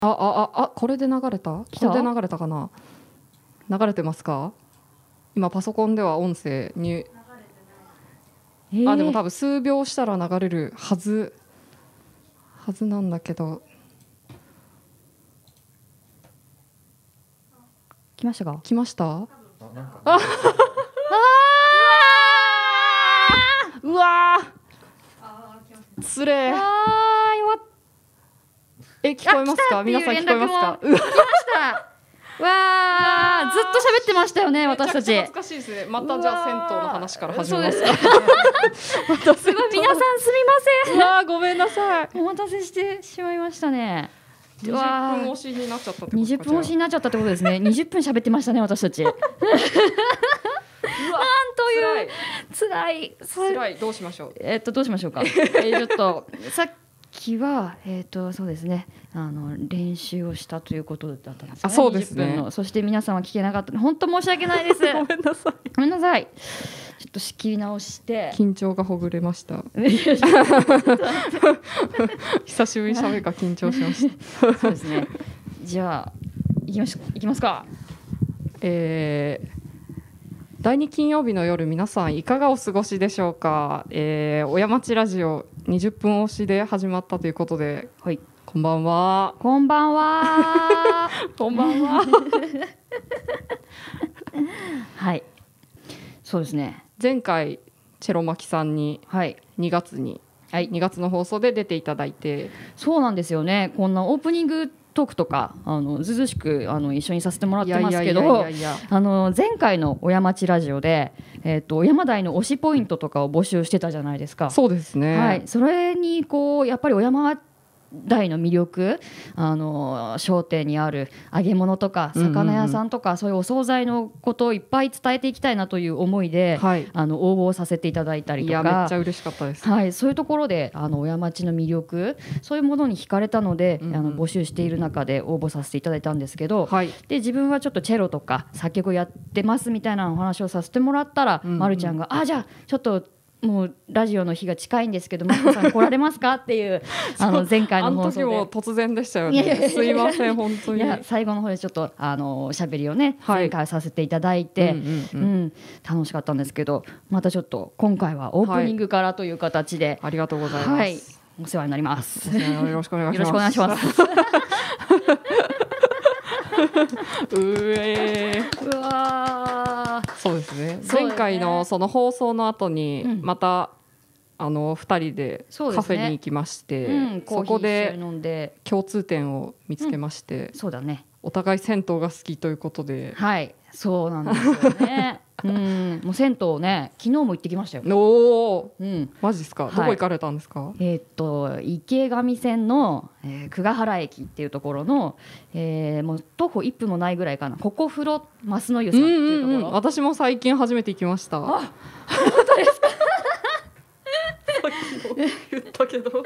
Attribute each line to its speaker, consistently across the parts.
Speaker 1: これで流れた？これで流れたかな？流れてますか？今パソコンでは音声にでも多分数秒したら流れるはずなんだけど。
Speaker 2: 来ましたか？
Speaker 1: 来ました？うわー、つれー。聞こえますか？皆さん聞こえますか？
Speaker 2: 来ました。わー、ずっと喋ってましたよね、私たち。
Speaker 1: めちゃくちゃ恥ずかしいですね。またじゃあ銭湯の話から始めますか。
Speaker 2: すごい、皆さんすみません。
Speaker 1: うわー、ごめんなさい。
Speaker 2: お待たせしてしまいましたね。
Speaker 1: 20分押しになっちゃったってことですか？
Speaker 2: 20分押しになっちゃったってことですね。20分喋ってましたね、私たち。なんという辛い。
Speaker 1: どうしましょう。
Speaker 2: どうしましょうか。ちょっとさっきはそうですね、練習をしたということだったんですね。
Speaker 1: そうですね。
Speaker 2: 20分の。そして皆さんは聞けなかった。本当申し訳ないです。
Speaker 1: ごめんなさい。
Speaker 2: ごめんなさい。ちょっと仕切り直して
Speaker 1: 緊張がほぐれました。久しぶりに喋るから緊張しました。
Speaker 2: そうですね。じゃあ行きますか。
Speaker 1: 第2金曜日の夜、皆さんいかがお過ごしでしょうか。親町ラジオ20分押しで始まったということで、
Speaker 2: はい、
Speaker 1: こんばんは。
Speaker 2: こんばんは。
Speaker 1: こんばんは。
Speaker 2: はい、そうですね。
Speaker 1: 前回チェロマキさんに2月の放送で出ていただいて、
Speaker 2: そうなんですよね。こんなオープニングトークとかずうずうしく一緒にさせてもらってますけど、前回の親町ラジオで、小山台の推しポイントとかを募集してたじゃないですか。
Speaker 1: そうですね、
Speaker 2: はい、それにやっぱり小山台の魅力、商店にある揚げ物とか魚屋さんとか、そういうお惣菜のことをいっぱい伝えていきたいなという思いで、応募させていただいたりとか、
Speaker 1: めっちゃ嬉しかったです、
Speaker 2: はい、そういうところで親町の魅力、そういうものに惹かれたので、募集している中で応募させていただいたんですけど、で自分はちょっとチェロとか作曲をやってますみたいなお話をさせてもらったら、まるちゃんがじゃあちょっともうラジオの日が近いんですけど、マコさん来られますかっていう前回の放送で、
Speaker 1: あの時も突然でしたよね。すいません本当に。
Speaker 2: 最後の方でちょっと喋りをね、前回させていただいて、楽しかったんですけど、またちょっと今回はオープニングからという形で、
Speaker 1: ありがとうございます、
Speaker 2: お世話になります。
Speaker 1: よろしくお願いします。
Speaker 2: よろしくお願いします。
Speaker 1: うわそうですね。前回のその放送の後にまた2人でカフェに行きまして、そこで共通点を見つけまして、
Speaker 2: そうだね、
Speaker 1: お互い銭湯が好きということで、
Speaker 2: はい、そうなんですよね。もう銭湯ね、昨日も行ってきましたよ。
Speaker 1: マジですか？どこ行かれたんですか？
Speaker 2: 池上線の、久我原駅っていうところの、もう徒歩1分もないぐらいかな、ここ風呂増の湯さんっていうところ、
Speaker 1: 私も最近初めて行きました。
Speaker 2: 本当ですか？
Speaker 1: 言ったけど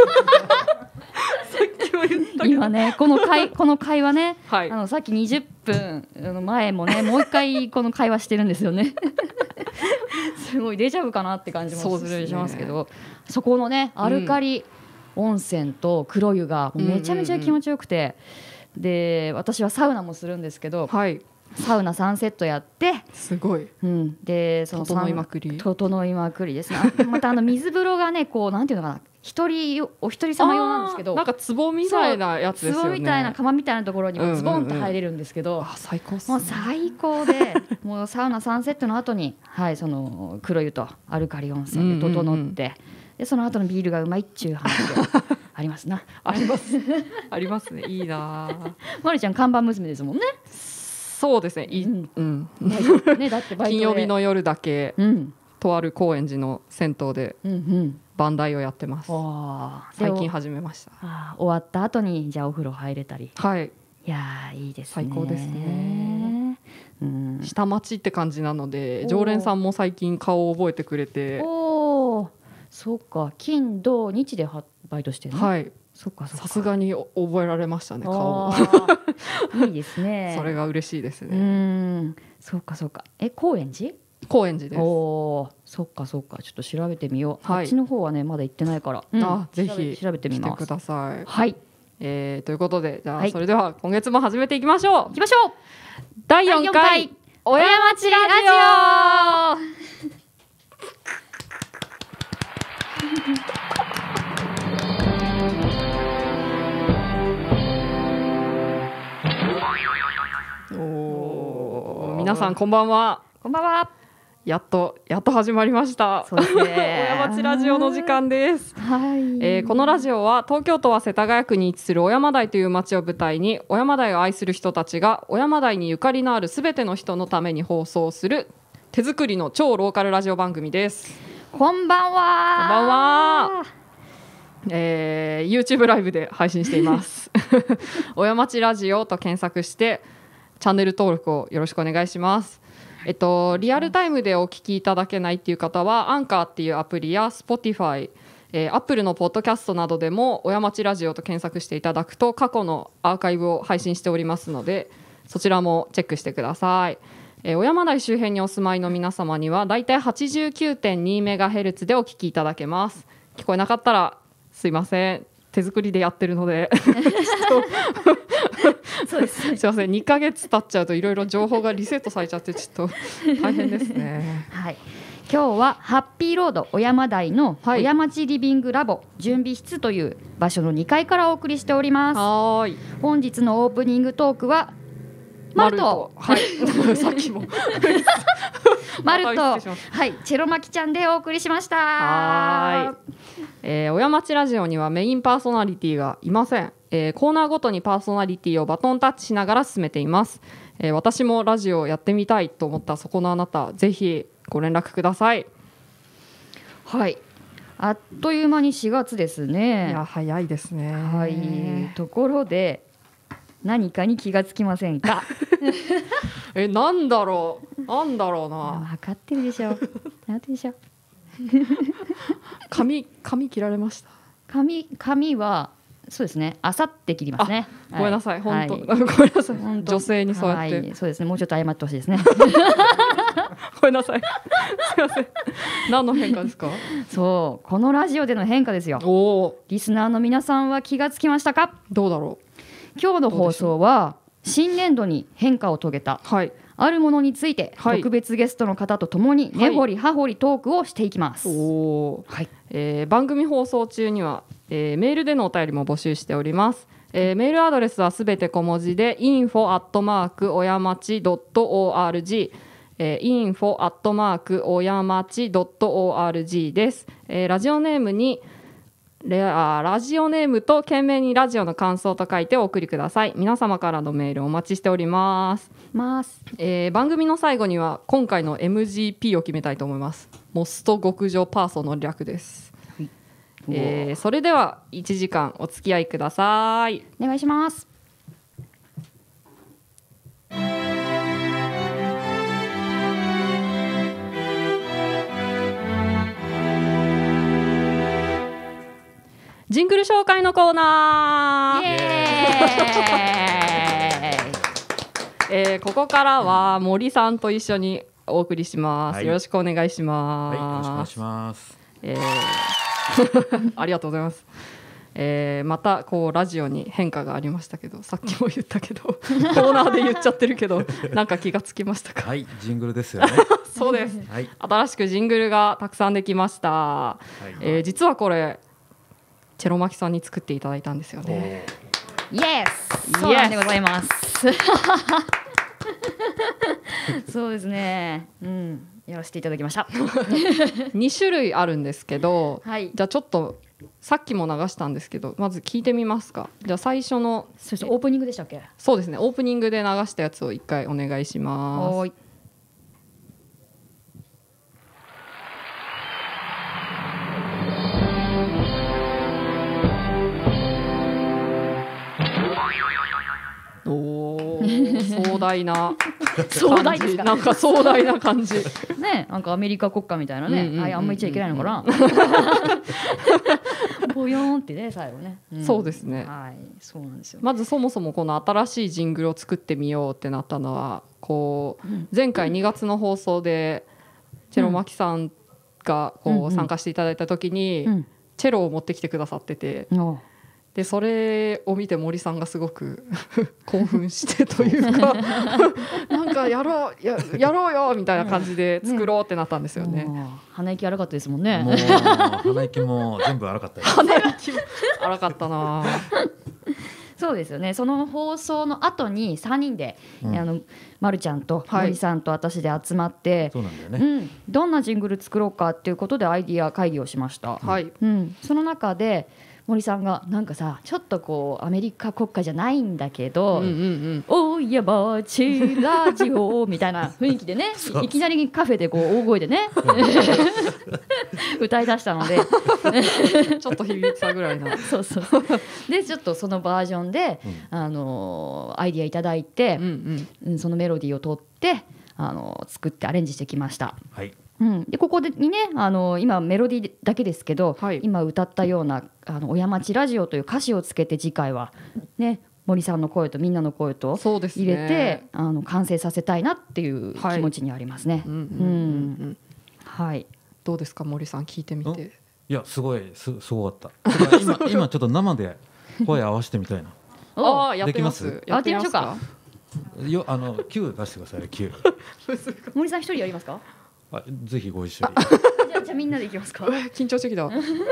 Speaker 2: 今ね、この会話ね、さっき20分前もね、もう一回この会話してるんですよね。すごいデジャブかなって感じもするしますけど、そこのねアルカリ温泉と黒湯がめちゃめちゃ気持ちよくて、で私はサウナもするんですけど、サウナ3セットやって、
Speaker 1: すごい、
Speaker 2: でその整いまくりですね。また水風呂がね、こうなんていうのかな、お一人様用なんですけど、
Speaker 1: なんか壺みたいなやつですよね。
Speaker 2: 壺みたいな釜みたいなところにもズボンって入れるんですけど、
Speaker 1: 最高っすね。
Speaker 2: もう最高で、もうサウナ3セットの後に、その黒湯とアルカリ温泉で整って、でその後のビールがうまいっちゅう話でありますな。
Speaker 1: ありますね。いいな。
Speaker 2: まるちゃん看板娘ですもんね。
Speaker 1: そうですね。
Speaker 2: だってバイトで
Speaker 1: 金曜日の夜だけ、とある高円寺の銭湯で番台をやってます。最近始めました。
Speaker 2: 終わった後にじゃあお風呂入れたり、いやいいですね。
Speaker 1: 最高ですね。下町って感じなので、常連さんも最近顔を覚えてくれて、
Speaker 2: そうか、金土日でバイトしてるの。
Speaker 1: さすがに覚えられましたね、顔。
Speaker 2: いいですね。
Speaker 1: それが嬉しいですね。
Speaker 2: そうか。高円寺？
Speaker 1: 高円寺です。
Speaker 2: そうか。ちょっと調べてみよう。あっちの方はねまだ行ってないから、
Speaker 1: ぜひ
Speaker 2: 調べてみます。
Speaker 1: 来てください。
Speaker 2: はい。
Speaker 1: ということで、じゃあそれでは今月も始めていきましょう。第4回親町ラジオ。皆さんこんばんは。
Speaker 2: こんばんは。
Speaker 1: やっと始まりました。
Speaker 2: そうですね、
Speaker 1: 親町ラジオの時間です。
Speaker 2: はい。
Speaker 1: このラジオは東京都は世田谷区に位置する小山台という町を舞台に、小山台を愛する人たちが小山台にゆかりのあるすべての人のために放送する手作りの超ローカルラジオ番組です。
Speaker 2: こんばんは。
Speaker 1: こんばんは。YouTube ライブで配信しています親町ラジオと検索してチャンネル登録をよろしくお願いします。リアルタイムでお聞きいただけないっていう方はアンカーっていうアプリや Spotify、Apple のポッドキャストなどでも親町ラジオと検索していただくと過去のアーカイブを配信しておりますので、そちらもチェックしてください。小山台周辺にお住まいの皆様にはだいたい 89.2MHz でお聞きいただけます。聞こえなかったらすいません、手作りでやってるので
Speaker 2: そうです、ね、
Speaker 1: すいません、2ヶ月経っちゃうといろいろ情報がリセットされちゃってちょっと大変ですね
Speaker 2: はい、今日はハッピーロード小山台の親町リビングラボ準備室という場所の2階からお送りしております。
Speaker 1: はい、
Speaker 2: 本日のオープニングトークはマルト、
Speaker 1: はいさっきも
Speaker 2: マルト、はい、チェロマキちゃんでお送りしました。
Speaker 1: はい、親町ラジオにはメインパーソナリティがいません。コーナーごとにパーソナリティをバトンタッチしながら進めています。私もラジオやってみたいと思ったそこのあなた、ぜひご連絡ください。
Speaker 2: はい、あっという間に4月ですね。
Speaker 1: いや早いですね。
Speaker 2: はい、ところで何かに気がつきませんか
Speaker 1: なんだろうな。
Speaker 2: 分かってるでしょなんてでしょ
Speaker 1: 髪切られました。
Speaker 2: 髪はそうですね、あさって切りますね。
Speaker 1: ごめんなさい、本当、
Speaker 2: はい、
Speaker 1: ごめんなさい、女性にそうやって、
Speaker 2: はい、そうですね、もうちょっと謝ってほしいですね
Speaker 1: ごめんなさい、すいません。何の変化ですか？
Speaker 2: そう、このラジオでの変化ですよ。リスナーの皆さんは気がつきましたか？
Speaker 1: どうだろう。
Speaker 2: 今日の放送は新年度に変化を遂げた、
Speaker 1: はい、
Speaker 2: あるものについて特別ゲストの方とともに根掘り葉掘りトークをしていきます。
Speaker 1: はい、番組放送中には、メールでのお便りも募集しております。メールアドレスはすべて小文字で info@ 親町 .org info@ 親町 .org です。ラジオネームと懸命にラジオの感想と書いてお送りください。皆様からのメールお待ちしております。番組の最後には今回の MGP を決めたいと思います。モスト極上パーソンの略です。それでは1時間お付き合いください。
Speaker 2: お願いします。
Speaker 1: ジングル紹介のコーナー。イエーイここからは森さんと一緒にお送りします。はい、よろしくお願いします。
Speaker 3: はい、よろしくお願いします。
Speaker 1: ありがとうございます。またこうラジオに変化がありましたけど、さっきも言ったけどコーナーで言っちゃってるけどなんか気がつきましたか？
Speaker 3: はい、ジングルですよね
Speaker 1: そうです、はい、新しくジングルがたくさんできました。はいはい、実はこれチェロマキさんに作っていただいたんですよね。
Speaker 2: イエス、そうなんでございますそうですね、やらせていただきました
Speaker 1: 2種類あるんですけど、
Speaker 2: はい、
Speaker 1: じゃあちょっとさっきも流したんですけどまず聞いてみますか。じゃあ最初の
Speaker 2: オープニングでしたっけ？
Speaker 1: そうですね、オープニングで流したやつを一回お願いします。
Speaker 2: はい、
Speaker 1: 壮大な
Speaker 2: 壮大ですか？
Speaker 1: なんか壮大な感じ
Speaker 2: ね、なんかアメリカ国家みたいなね、あんまり言っちゃいけないのかなボヨーンってね最後ね、
Speaker 1: そうですね、
Speaker 2: はい、そうなんですよ。
Speaker 1: まずそもそもこの新しいジングルを作ってみようってなったのはこう、前回2月の放送でチェロマキさんがこう参加していただいた時に、チェロを持ってきてくださってて、 でそれを見て森さんがすごく興奮してというかなんかやろうよみたいな感じで作ろうってなったんですよね。
Speaker 2: 鼻息荒かったですもんね。
Speaker 3: もう鼻息も全部荒かったです。
Speaker 1: 鼻息も荒かったな。
Speaker 2: そうですよね。その放送の後に3人で、まるちゃんと森さんと私で集まって、
Speaker 3: そうなんだよね、
Speaker 2: どんなジングル作ろうかっていうことでアイディア会議をしました、その中で森さんがなんかさちょっとこうアメリカ国歌じゃないんだけど、おいやばちラジオみたいな雰囲気でねいきなりカフェでこう大声でね歌い出したので
Speaker 1: ちょっと響いたぐらいな
Speaker 2: そうでちょっとそのバージョンで、アイディアいただいて、そのメロディーを取って作ってアレンジしてきました。でここでにね今メロディーだけですけど、今歌ったような小山町ラジオという歌詞をつけて次回はね森さんの声とみんなの声と入れて、完成させたいなっていう気持ちにありますね。
Speaker 1: どうですか森さん聞いてみて。
Speaker 3: いやすごかった今ちょっと生で声合わせてみたいな。
Speaker 1: やってみます。
Speaker 2: やってみましょうか。
Speaker 3: Q 出してください。Q
Speaker 2: 森さん一人やりますか。
Speaker 3: ぜひご一緒に。
Speaker 2: じゃあみんなでいきますか。
Speaker 1: 緊張してきた。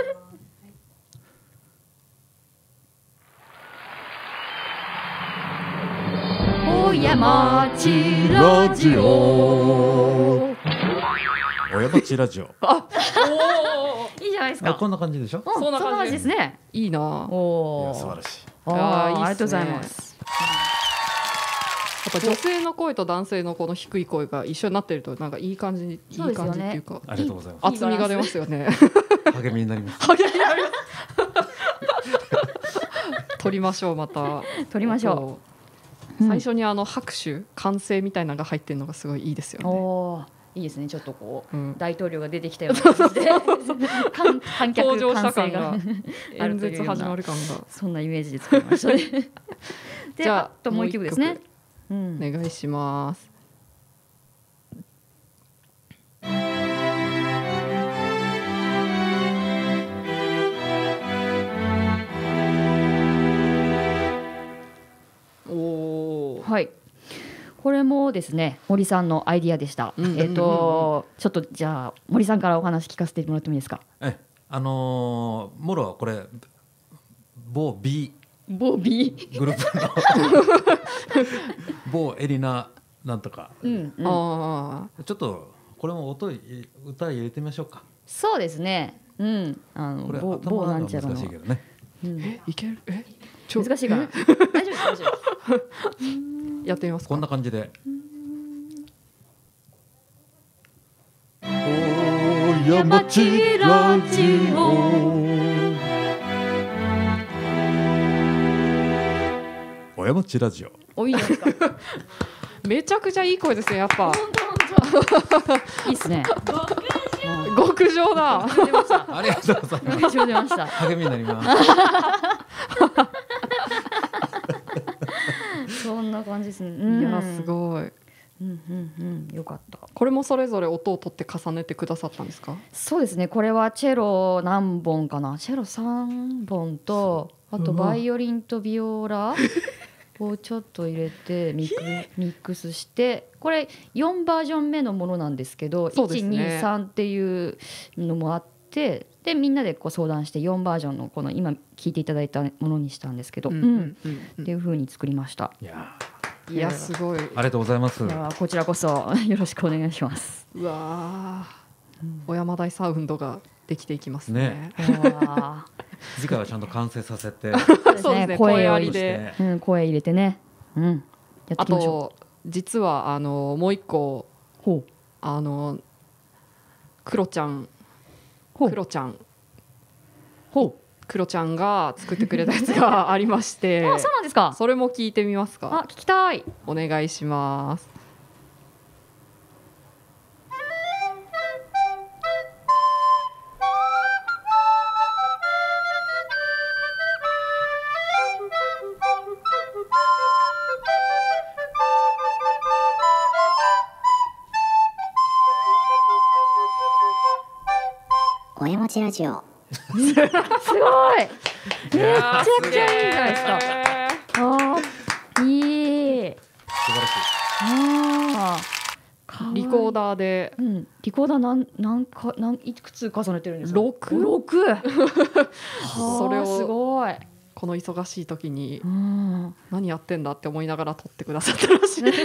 Speaker 2: 小山町ラジオ。
Speaker 3: 小山町ラジオ。
Speaker 2: いいじゃないですか。
Speaker 3: こんな感じでしょ。
Speaker 2: そんな感じですね。
Speaker 1: いいな。
Speaker 3: 素晴らしい。
Speaker 2: ありがとうございます。
Speaker 1: やっぱ女性の声と男性のこの低い声が一緒になってるとなんかいい感じっていうか、
Speaker 3: ありがとうございます。
Speaker 1: 厚みが出ますよね。
Speaker 3: 励みになります。
Speaker 1: 撮りましょう。また
Speaker 2: 撮りましょ
Speaker 1: う。最初に拍手歓声みたいなのが入ってるのがすごいいいですよね。
Speaker 2: いいですね。ちょっとこう、大統領が出てきたような感じで観客
Speaker 1: 登場した
Speaker 2: 歓声が
Speaker 1: 演説始まる感が
Speaker 2: そんなイメージで作りましたね。じゃああともう一曲ですね。
Speaker 1: お願いします。
Speaker 2: これもですね森さんのアイディアでした。ちょっとじゃあ森さんからお話聞かせてもらってもいいですか。
Speaker 3: もろこれ某 B グループの某エリナなんとか、ちょっとこれも歌入れてみましょうか。
Speaker 2: そうですね。こ
Speaker 3: れ頭が難しいけどね。
Speaker 1: いける？
Speaker 2: 難しいかな。大丈夫です。
Speaker 1: やってみますか。
Speaker 3: こんな感じで。
Speaker 4: 小山町ラジオ。
Speaker 3: 小山町ラジオ。
Speaker 2: お、いいですか。
Speaker 1: めちゃくちゃいい声ですね、やっぱ。
Speaker 2: いいですね。
Speaker 1: 極上だ。
Speaker 2: 出ました。
Speaker 3: ありがとうございます。
Speaker 2: 極上出ました。
Speaker 3: 励みになります。
Speaker 2: そんな感じですね。
Speaker 1: いや、すごい。
Speaker 2: よかった。
Speaker 1: これもそれぞれ音を取って重ねてくださったんですか。
Speaker 2: そうですね。これはチェロ何本かな。チェロ3本と、あとバイオリンとビオラをちょっと入れてミックスして、これ4バージョン目のものなんですけど、1、2、3っていうのもあって、でみんなでこう相談して4バージョンのこの今聴いていただいたものにしたんですけど、っていう風に作りました。
Speaker 1: いやすごい。
Speaker 3: ありがとうございます。
Speaker 2: こちらこそよろしくお願いします。
Speaker 1: うわ小山台サウンドができていきますね。
Speaker 3: 次回はちゃんと完成させて
Speaker 1: そうですね、声ありで、
Speaker 2: 声入れてね、やっていきましょう。
Speaker 1: あと実はもう一個クロちゃんが作ってくれたやつがありまして
Speaker 2: あ、そうなんですか。
Speaker 1: それも聞いてみますか。
Speaker 2: 聞きたい。
Speaker 1: お願いします。
Speaker 5: 小山町ラジオ。
Speaker 2: すごい。 めちゃくちゃいいじゃないですか。いい。
Speaker 3: 素晴らしい。
Speaker 1: リコーダーで、
Speaker 2: リコーダーいくつ重ねてるんですか。
Speaker 1: 6。
Speaker 2: それをすごい。
Speaker 1: この忙しい時に何やってんだって思いながら撮ってくださったらしいです。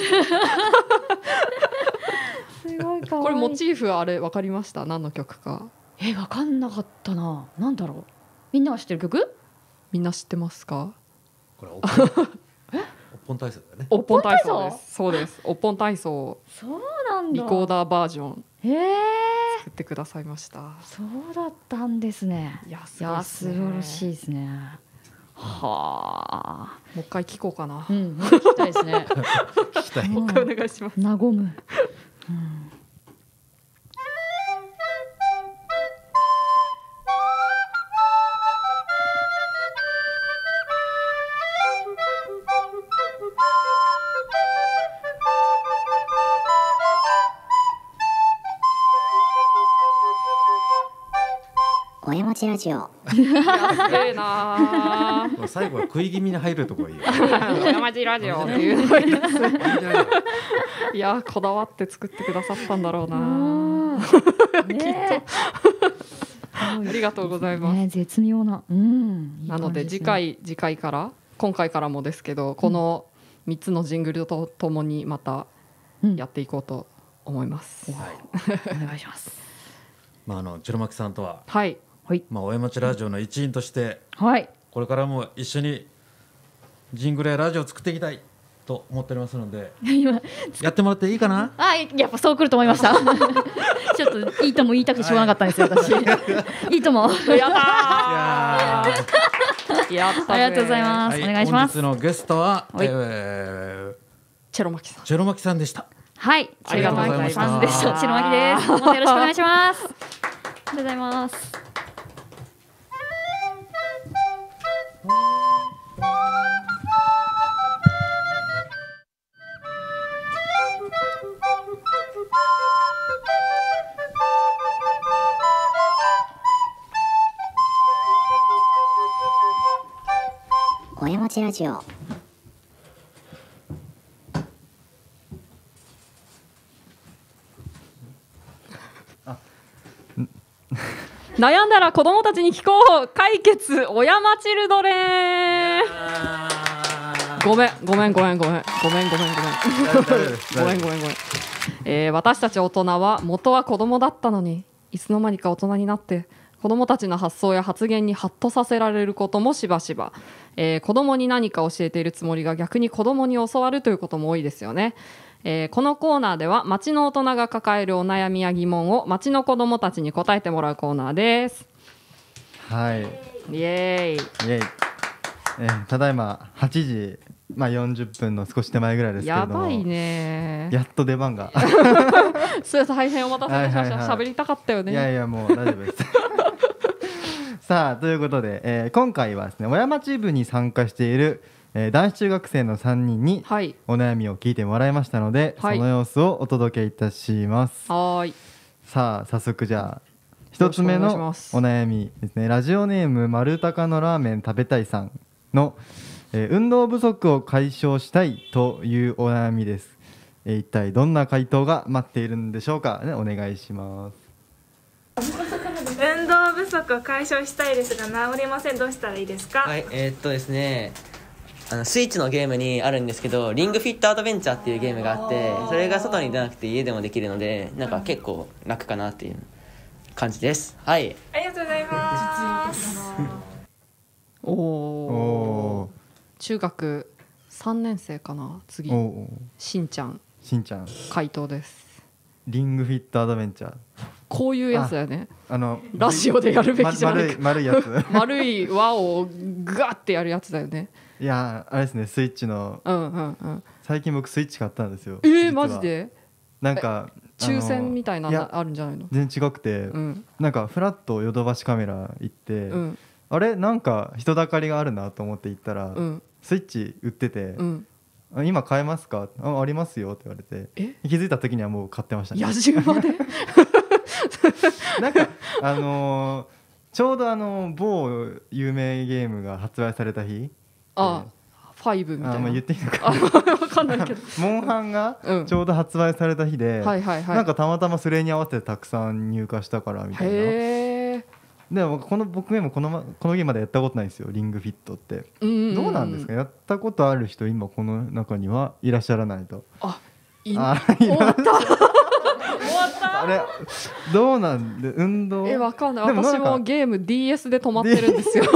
Speaker 2: すごい可愛い。
Speaker 1: これモチーフあれ分かりました？何の曲か。
Speaker 2: 分かんなかったな。なんだろう。みんなが知ってる曲？
Speaker 1: みんな知ってますか？
Speaker 3: これおっぽん体操だよね。
Speaker 1: おっぽん体操です。そうです。おっぽん体操。
Speaker 2: そうなんだ。
Speaker 1: リコーダーバージョン。作ってくださいました。
Speaker 2: そうだったんですね。
Speaker 1: いや
Speaker 2: 素晴らしいですね。はあ。
Speaker 1: もう一回聞こうかな。
Speaker 2: 聞きたいですね。
Speaker 3: 聞きたい。
Speaker 1: もう一回お願いします。
Speaker 2: 和む。
Speaker 5: 親町ラジオ。
Speaker 1: すげえな。
Speaker 3: 最後は食い気味に入るところいいよ。
Speaker 1: 親町ラジオっていうのいいです。いやこだわって作ってくださったんだろうな。きっと。ありがとうございます。
Speaker 2: 絶妙な。
Speaker 1: なので次回から今回からもですけど、この3つのジングルとともにまたやっていこうと思います。
Speaker 2: お願いします。
Speaker 3: チロマキさんとは。
Speaker 1: はい。
Speaker 3: 親町ラジオの一員として、これからも一緒にジングルやラジオを作っていきたいと思っておりますのでやってもらっていいかな。
Speaker 2: やっぱそう来ると思いました。ちょっといいとも言いたくてしょうがなかったんですよ、私。いいとも。やったー。
Speaker 1: やった。
Speaker 2: ありがとうございます。お願いします。
Speaker 3: 本日のゲストは
Speaker 1: チェロマキさん。
Speaker 3: チェロマキさんでした。
Speaker 2: はい、
Speaker 1: ありがとうございました。
Speaker 2: チェロマキです。よろしくお願いします。ありがとうございます。
Speaker 5: 親町ラジオ。
Speaker 1: 悩んだら子供たちに聞こう解決親マチルドレン。ごめん。私たち大人は元は子供だったのに、いつの間にか大人になって子供たちの発想や発言にハッとさせられることもしばしば、子供に何か教えているつもりが逆に子供に教わるということも多いですよね。このコーナーでは町の大人が抱えるお悩みや疑問を町の子どもたちに答えてもらうコーナーです。
Speaker 6: はい。
Speaker 1: イエーイ。
Speaker 6: ただいま8時、40分の少し手前ぐらいですけれども、
Speaker 1: やばいね。
Speaker 6: やっと出番が。
Speaker 1: それ大変お待たせしました。喋りたかったよね。
Speaker 6: いやもう大丈夫です。さあということで、今回はですね、親町部に参加している男子中学生の3人にお悩みを聞いてもらいましたので、その様子をお届けいたします。さあ早速じゃあ1つ目のお悩みですね。ラジオネーム丸高のラーメン食べたいさんの、運動不足を解消したいというお悩みです。一体どんな回答が待っているんでしょうか、お願いします。
Speaker 7: 運動不足を解消したいですが治りません。どうしたらいいですか？
Speaker 8: はい、ですね、スイッチのゲームにあるんですけど、リングフィットアドベンチャーっていうゲームがあって、それが外に出なくて家でもできるので、なんか結構楽かなっていう感じです。はい、
Speaker 7: ありがとうございます。
Speaker 1: 中学3年生かな。次しんちゃん回答です。
Speaker 6: リングフィットアドベンチャー、
Speaker 1: こういうやつだよね。ラジオでやるべきじゃないか。
Speaker 6: 丸いやつ。
Speaker 1: 丸い輪をガッてやるやつだよね。
Speaker 6: いやあれですね、スイッチの、最近僕スイッチ買ったんですよ。
Speaker 1: マジで？
Speaker 6: なんか
Speaker 1: 抽選みたいなのあるんじゃないの？
Speaker 6: 全然違くて、なんかフラッとヨドバシカメラ行って、あれなんか人だかりがあるなと思って行ったら、スイッチ売ってて、今買えますか？ありますよって言われて、気づいた時にはもう買ってましたね。
Speaker 1: 野獣まで。
Speaker 6: なんかちょうど某有名ゲームが発売された日、
Speaker 1: 5みたいな、
Speaker 6: 言っていいのか
Speaker 1: 分かんないけど
Speaker 6: モンハンがちょうど発売された日で、なんかたまたまそれに合わせてたくさん入荷したからみたいな。でも僕もこのゲームまでやったことないんですよ、リングフィットって。どうなんですか、やったことある人今この中にはいらっしゃらないと。
Speaker 1: 終わった
Speaker 6: あれどうなんで運動
Speaker 1: わかんない。私もゲーム DS で止まってるんですよ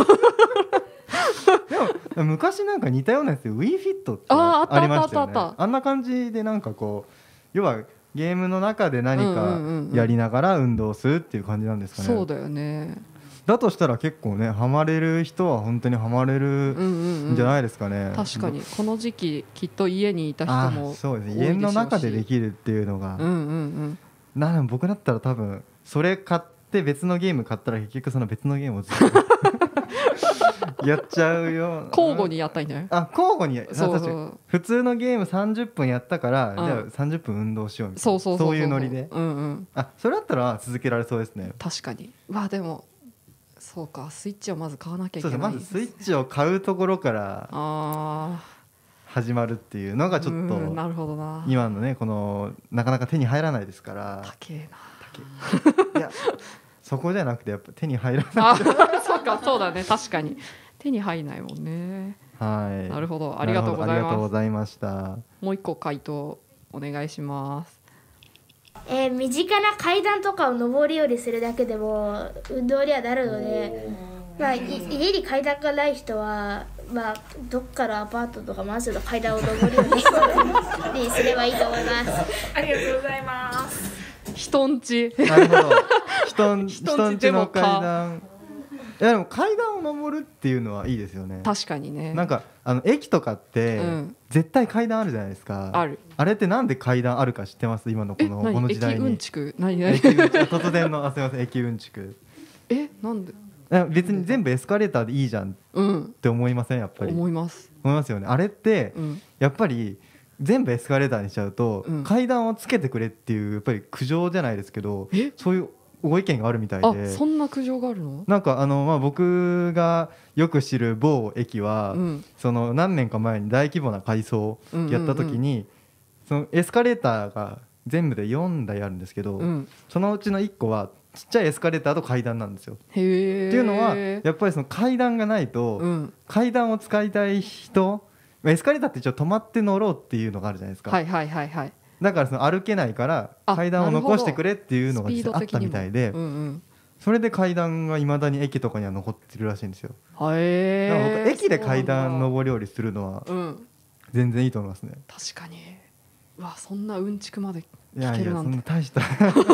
Speaker 6: でも昔なんか似たようなやつで Wii フィットってありましたよね。あんな感じでなんかこう要はゲームの中で何かやりながら運動するっていう感じなんですかね。
Speaker 1: そうだよね。
Speaker 6: だとしたら結構ねハマれる人は本当にハマれるんじゃないですかね。
Speaker 1: 確かにこの時期きっと家にいた人も
Speaker 6: そうです、家の中でできるっていうのが、僕だったら多分それ買って別のゲーム買ったら結局その別のゲームをずっとやっちゃうよ。
Speaker 1: 交互にやったんじゃない？
Speaker 6: 交互に普通のゲーム30分やったから、じゃあ30分運動しようみたいな、そういうノリで、それだったら続けられそうですね。
Speaker 1: 確かに。でもそうか、スイッチをまず買わなきゃいけない。
Speaker 6: まずスイッチを買うところから始まるっていうのがちょっと
Speaker 1: なるほどな。
Speaker 6: 今のねこのなかなか手に入らないですから。
Speaker 1: 高え
Speaker 6: な。いやそこじゃなくてやっぱ手に入らない。
Speaker 1: そうか、そうだね、確かに手に入らないもんね。
Speaker 6: はい。
Speaker 1: なるほど、ありがとうございます。
Speaker 6: ありがとうございました。
Speaker 1: もう一個回答お願いします。
Speaker 9: 身近な階段とかを上り下りするだけでも運動にはなるので、家に階段がない人は、どっかのアパートとかマンションの階段を上り下りすればいいと思います。
Speaker 7: ありがとうございます。
Speaker 1: 人んち。
Speaker 6: なるほど。人んちの階段。いやでも階段を登るっていうのはいいですよね。
Speaker 1: 確かにね。
Speaker 6: なんか駅とかって絶対階段あるじゃないですか。
Speaker 1: ある。あ
Speaker 6: れってなんで階段あるか知ってます？今のこの時代に。
Speaker 1: 駅うんちく。
Speaker 6: 突然のすみません、駅うんちく。
Speaker 1: なんで？
Speaker 6: 別に全部エスカレーターでいいじゃんって思いません？やっぱり。
Speaker 1: 思います。
Speaker 6: 思いますよね。あれってやっぱり全部エスカレーターにしちゃうと階段をつけてくれっていうやっぱり苦情じゃないですけど、そういうご意見があるみたいで。
Speaker 1: そんな苦情があるの？
Speaker 6: なんか僕がよく知る某駅は、その何年か前に大規模な改装をやった時に、そのエスカレーターが全部で4台あるんですけど、そのうちの1個はちっちゃいエスカレーターと階段なんですよ。っていうのはやっぱりその階段がないと、階段を使いたい人、エスカレーターって一応止まって乗ろうっていうのがあるじゃないですか。だからその歩けないから階段を残してくれっていうのが実はあったみたいで、それで階段がいまだに駅とかには残ってるらしいんですよ。だから僕駅で階段上り下りするのは全然いいと思いますね。
Speaker 1: 確かに。そんなうんちくまで聞けるなんて。
Speaker 6: そんな大した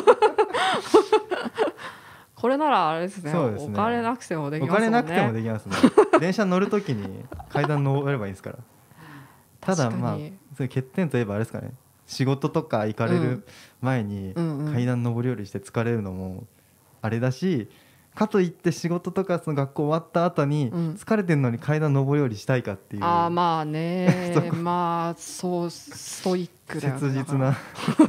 Speaker 1: これならあれですね。お金なくてもできますもんね。
Speaker 6: お金なくてもできますね。電車乗るときに階段登ればいいですから。ただそれ欠点といえばあれですかね。仕事とか行かれる前に階段上り下りして疲れるのもあれだし、かといって仕事とかその学校終わった後に疲れてるのに階段上り下りしたいかっていう、
Speaker 1: まあねそうストイックだよね。
Speaker 6: 切実な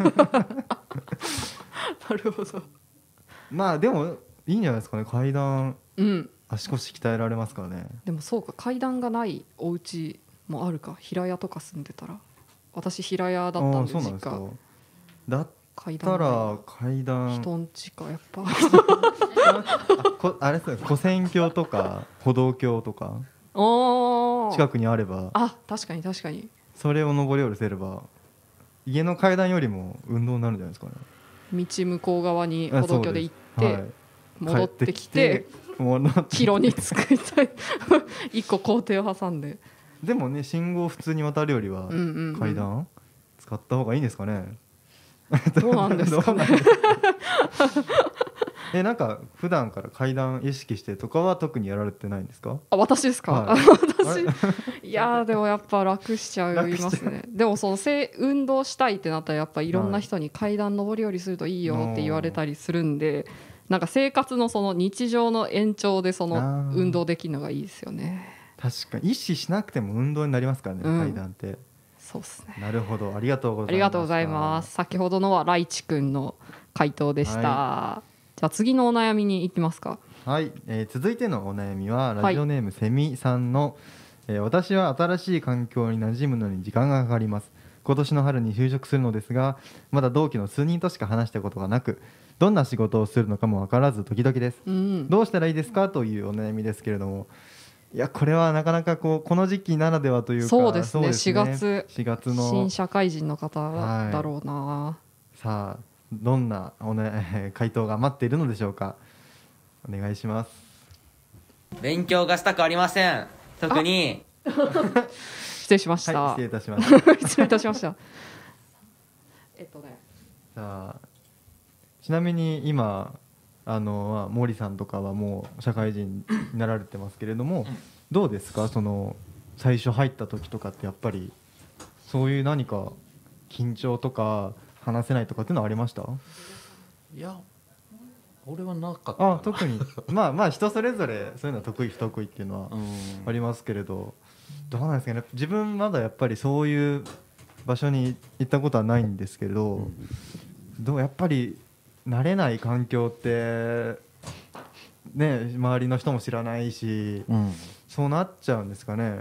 Speaker 1: なるほど。
Speaker 6: でもいいんじゃないですかね。階段、足腰鍛えられますからね。
Speaker 1: でもそうか、階段がないお家もあるか。平屋とか住んでたら。私平屋だったんで実家。
Speaker 6: だったら階段
Speaker 1: 人んちかやっぱ
Speaker 6: あれですね、跨線橋とか歩道橋とか近くにあれば、
Speaker 1: 確かに確かに
Speaker 6: それを上り下りすれば家の階段よりも運動になるんじゃないですかね。
Speaker 1: 道向こう側に歩道橋で行って戻ってきて帰路に着くみたい一個工程を挟んで。
Speaker 6: でもね、信号普通に渡るよりは階段使った方がいいんですかね。
Speaker 1: どうなんですかね。
Speaker 6: なんか普段から階段意識してとかは特にやられてないんですか？
Speaker 1: 私ですか？私いやでもやっぱ楽しちゃいますね。でもその運動したいってなったらやっぱいろんな人に階段上り下りするといいよって言われたりするんで、なんか生活のその日常の延長でその運動できるのがいいですよね。
Speaker 6: 確かに意識しなくても運動になりますからね、階段って。
Speaker 1: そうですね。
Speaker 6: なるほど、ありがとうございます。
Speaker 1: ありがとうございます。先ほどのはライチくんの回答でした。じゃあ次のお悩みに行きますか。
Speaker 6: はい、続いてのお悩みはラジオネームセミさんの、私は新しい環境に馴染むのに時間がかかります。今年の春に就職するのですが、まだ同期の数人としか話したことがなく、どんな仕事をするのかも分からずドキドキです、どうしたらいいですかというお悩みですけれども、いやこれはなかなかこの時期ならではというか、
Speaker 1: そうですね、4月の新社会人の方だろうな、
Speaker 6: さあどんな回答が待っているのでしょうか。お願いします。
Speaker 8: 勉強がしたくありません。特に
Speaker 1: 失礼しました、
Speaker 6: 失礼いたしました
Speaker 1: 失礼いたしました
Speaker 6: さあちなみに今森さんとかはもう社会人になられてますけれども、どうですか、最初入った時とかってやっぱりそういう何か緊張とか話せないとかっていうのはありました？
Speaker 3: いや俺はなかった
Speaker 6: 特にまあ人それぞれそういうのは得意不得意っていうのはありますけれど、どうなんですかね。自分まだやっぱりそういう場所に行ったことはないんですけど、やっぱり慣れない環境ってね、周りの人も知らないし、そうなっちゃうんですかね。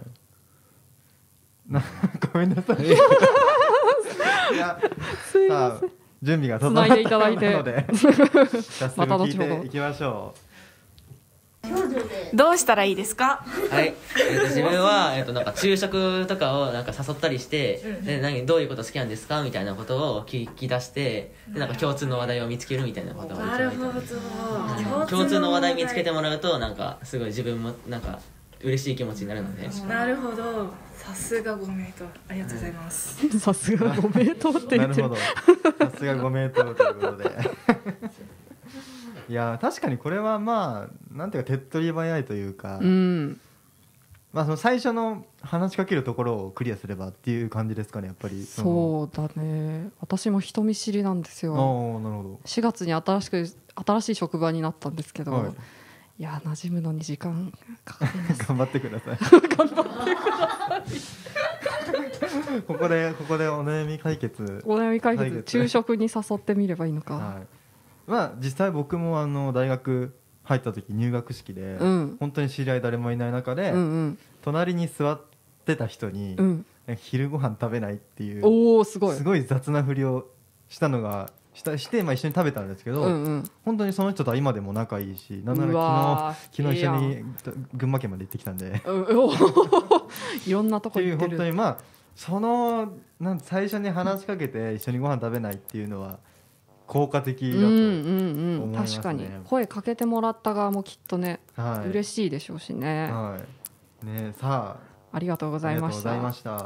Speaker 6: ごめんなさいいや
Speaker 1: すいません、
Speaker 6: 準備が整ったので早速聞いていきましょう。
Speaker 7: どうしたらいいですか？
Speaker 8: はい、自分は、なんか昼食とかをなんか誘ったりして、でどういうこと好きなんですかみたいなことを聞き出して、でなんか共通の話題を見つけるみたいなことができるみたいな。共通の話題見つけてもらうとなんかすごい自分もなんか嬉しい気持ちになるので。
Speaker 7: なるほど、さすがご名答、ありがとうございます。
Speaker 1: さすがご名答って言ってる。
Speaker 6: なるほど、さすがご名答ということでいや確かにこれはまあなんていうか手っ取り早いというか、まあその最初の話しかけるところをクリアすればっていう感じですかね、やっぱり。
Speaker 1: そうだね、私も人見知りなんですよ。
Speaker 6: なるほど。
Speaker 1: 4月に新しい職場になったんですけど、いや馴染むのに時間かかります
Speaker 6: 頑張ってください
Speaker 1: 頑張ってくださ
Speaker 6: いここでお悩み解決、
Speaker 1: 昼食に誘ってみればいいのか。
Speaker 6: まあ実際僕も大学入った時入学式で、本当に知り合い誰もいない中で、隣に座ってた人に、昼ご飯食べないっていうすごい雑なふりをしたのがして、一緒に食べたんですけど、本当にその人とは今でも仲いいし、なんなら昨日一緒に群馬県まで行ってきたんで
Speaker 1: いろんなとこ行ってる。
Speaker 6: 本当にまあ最初に話しかけて一緒にご飯食べないっていうのは効果的だと思いますね。
Speaker 1: 確かに声かけてもらった側もきっとね、嬉しいでしょうしね。
Speaker 6: さあ
Speaker 1: ありがとうございました。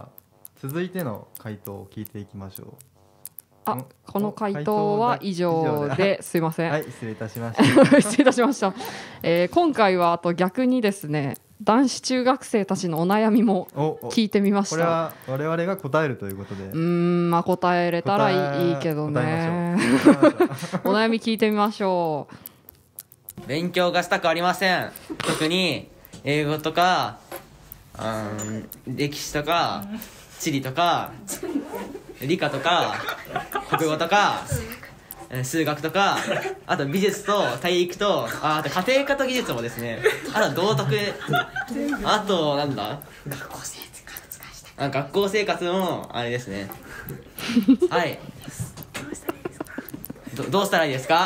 Speaker 6: 続いての回答を聞いていきましょう。
Speaker 1: この回答は以上ですいません。
Speaker 6: 失礼いたしました
Speaker 1: 失礼いたしました。今回はあと逆にですね、男子中学生たちのお悩みも聞いてみました。
Speaker 6: これは我々が答えるということで、
Speaker 1: まあ答えれたらいいけどねお悩み聞いてみましょ
Speaker 8: う。勉強がしたくありません。特に英語とか歴史とか地理とか理科とか国語とか数学とか、あと美術と体育とあと家庭科と技術もですね、あと道徳、あとなんだ学校生活もあれですねはいどうしたらいいですか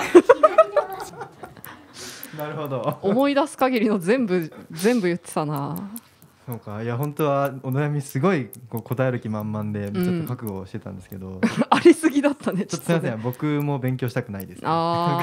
Speaker 6: なるほど
Speaker 1: 思い出す限りの全部言ってたな。
Speaker 6: そうか、いや本当はお悩みすごい答える気満々でちょっと覚悟してたんですけど、
Speaker 1: ありすぎだったね。
Speaker 6: ちょっとすみません、僕も勉強したくないです、ね、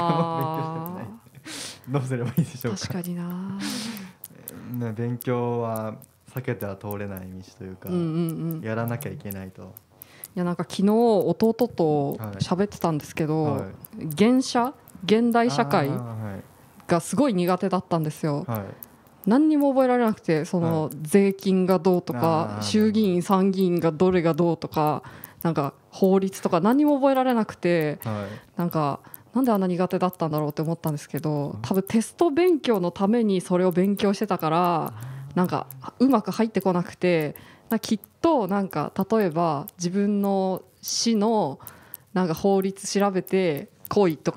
Speaker 6: どうすればいいでしょうか。
Speaker 1: 確かにな
Speaker 6: 勉強は避けては通れない道というか、やらなきゃいけないと。
Speaker 1: いやなんか昨日弟と喋ってたんですけど、現代社会がすごい苦手だったんですよ。何にも覚えられなくて、その税金がどうとか、衆議院参議院がどれがどうとか、なんか法律とか何にも覚えられなくて、なんであんな苦手だったんだろうって思ったんですけど、多分テスト勉強のためにそれを勉強してたから、なんかうまく入ってこなくて、きっとなんか例えば自分の市のなんか法律調べて来いとか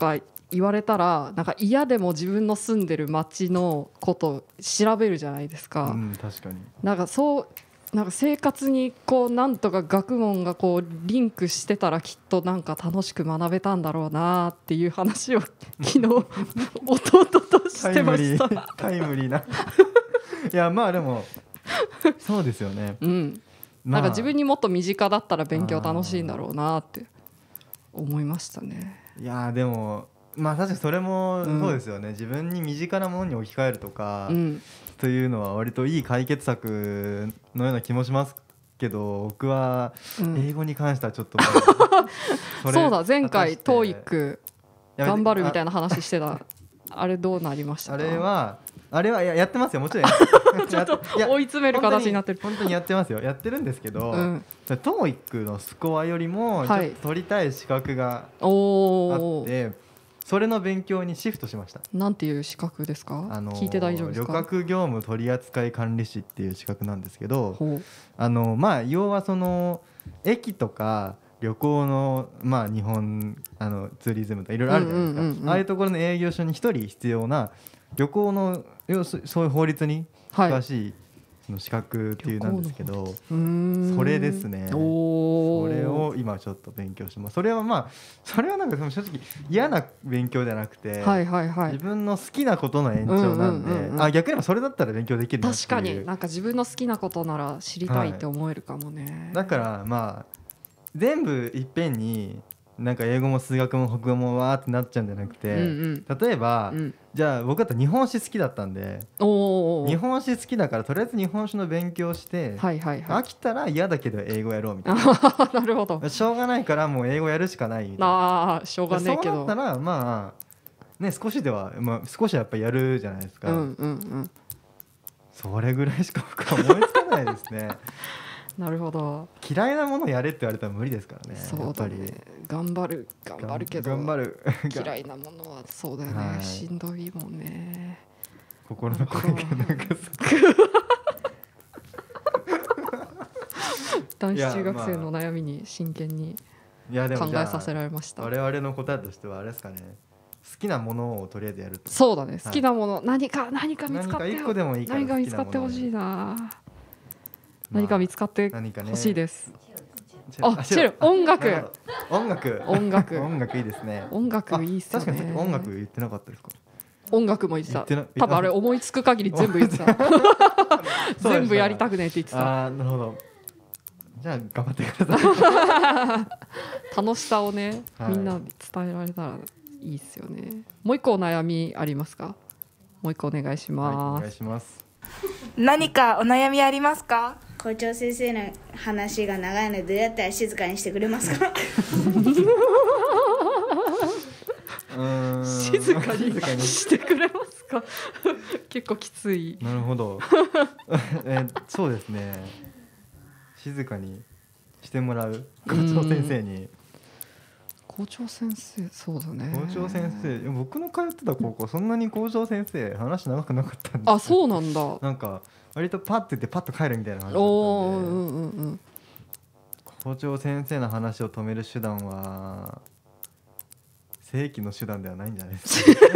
Speaker 1: 言われたらなんか嫌でも自分の住んでる町のことを調べるじゃないですか。
Speaker 6: 確かに。
Speaker 1: なんか生活にこうなんとか学問がこうリンクしてたらきっとなんか楽しく学べたんだろうなっていう話を昨日弟としてました。
Speaker 6: タイムリーな。いやまあでもそうですよね。
Speaker 1: なんか自分にもっと身近だったら勉強楽しいんだろうなって思いましたね。
Speaker 6: いやでもまあ確かにそれもそうですよね。自分に身近なものに置き換えるとか。というのは割といい解決策のような気もしますけど、僕は英語に関してはちょっと
Speaker 1: そうだ、前回 TOEIC 頑張るみたいな話してたあれどうなりましたか？
Speaker 6: あれはやってますよ、もちろん
Speaker 1: ちょっと追い詰める形になってる。
Speaker 6: 本当にやってますよ、やってるんですけど、TOEIC のスコアよりもちょっと取りたい資格があって、それの勉強にシフトしました。
Speaker 1: なんていう資格ですか？聞いて大丈夫ですか？
Speaker 6: 旅客業務取扱管理士っていう資格なんですけど、まあ要はその駅とか旅行のまあ日本ツーリズムとかいろいろあるじゃないですか。ああいうところの営業所に一人必要な旅行のそういう法律に詳しいその資格っていうなんですけど、それですね。それを今ちょっと勉強してます。それはなんか正直嫌な勉強じゃなくて、自分の好きなことの延長なんで、逆に言えばそれだったら勉強できるなっていう。
Speaker 1: 確かになんか自分の好きなことなら知りたいって思えるかもね。
Speaker 6: だからまあ全部いっぺんになんか英語も数学も国語もわーってなっちゃうんじゃなくて、例えば、じゃあ僕だったら日本史好きだったんで、日本史好きだからとりあえず日本史の勉強して、飽きたら嫌だけど英語やろうみたいな。
Speaker 1: なるほど。
Speaker 6: しょうがないからもう英語やるしかないみたいな。
Speaker 1: しょうがないけど。
Speaker 6: そうなったらまあね少しはやっぱりやるじゃないですか。それぐらいしか僕は思いつかないですね。
Speaker 1: なるほど。
Speaker 6: 嫌いなものやれって言われたら無理ですからね。
Speaker 1: そうだね。頑張るけど嫌いなものはそうだよね。しんどいもんね。
Speaker 6: 心の声がなんか
Speaker 1: 男子中学生の悩みに真剣に考えさせられました。
Speaker 6: 我々の答えとしてはあれですかね。好きなものをとりあえずやると。
Speaker 1: そうだね。好きなもの何か見つかって
Speaker 6: 何か1個でもいいから
Speaker 1: 何か見つかってほしいな。何か見つかってほしいです。チェル、音楽
Speaker 6: いいですね。
Speaker 1: 音楽いいっすよね。
Speaker 6: 確かに音楽言ってなかったですか？
Speaker 1: 音楽も言ってた。多分あれ思いつく限り全部言ってた。全部やりたくねえって言ってた。
Speaker 6: なるほど。じゃあ頑張ってください。
Speaker 1: 楽しさをね、みんなに伝えられたらいいっすよね。もう一個お悩みありますか？もう一個お願いします。
Speaker 6: お願いします。
Speaker 7: 何かお悩みありますか？
Speaker 9: 校長先生の話が長いのでどうやったら静かにしてくれますか？
Speaker 1: 静かにしてくれますか？結構きつい。
Speaker 6: なるほど。そうですね。静かにしてもらう校長先生に。
Speaker 1: 校長先生、そうだね。
Speaker 6: 校長先生、僕の通ってた高校そんなに校長先生話長くなかったんですよ。
Speaker 1: そうなんだ。
Speaker 6: なんか割とパッて言ってパッと帰るみたいな話だったんで、校長先生の話を止める手段は正規の手段ではないんじゃないですか。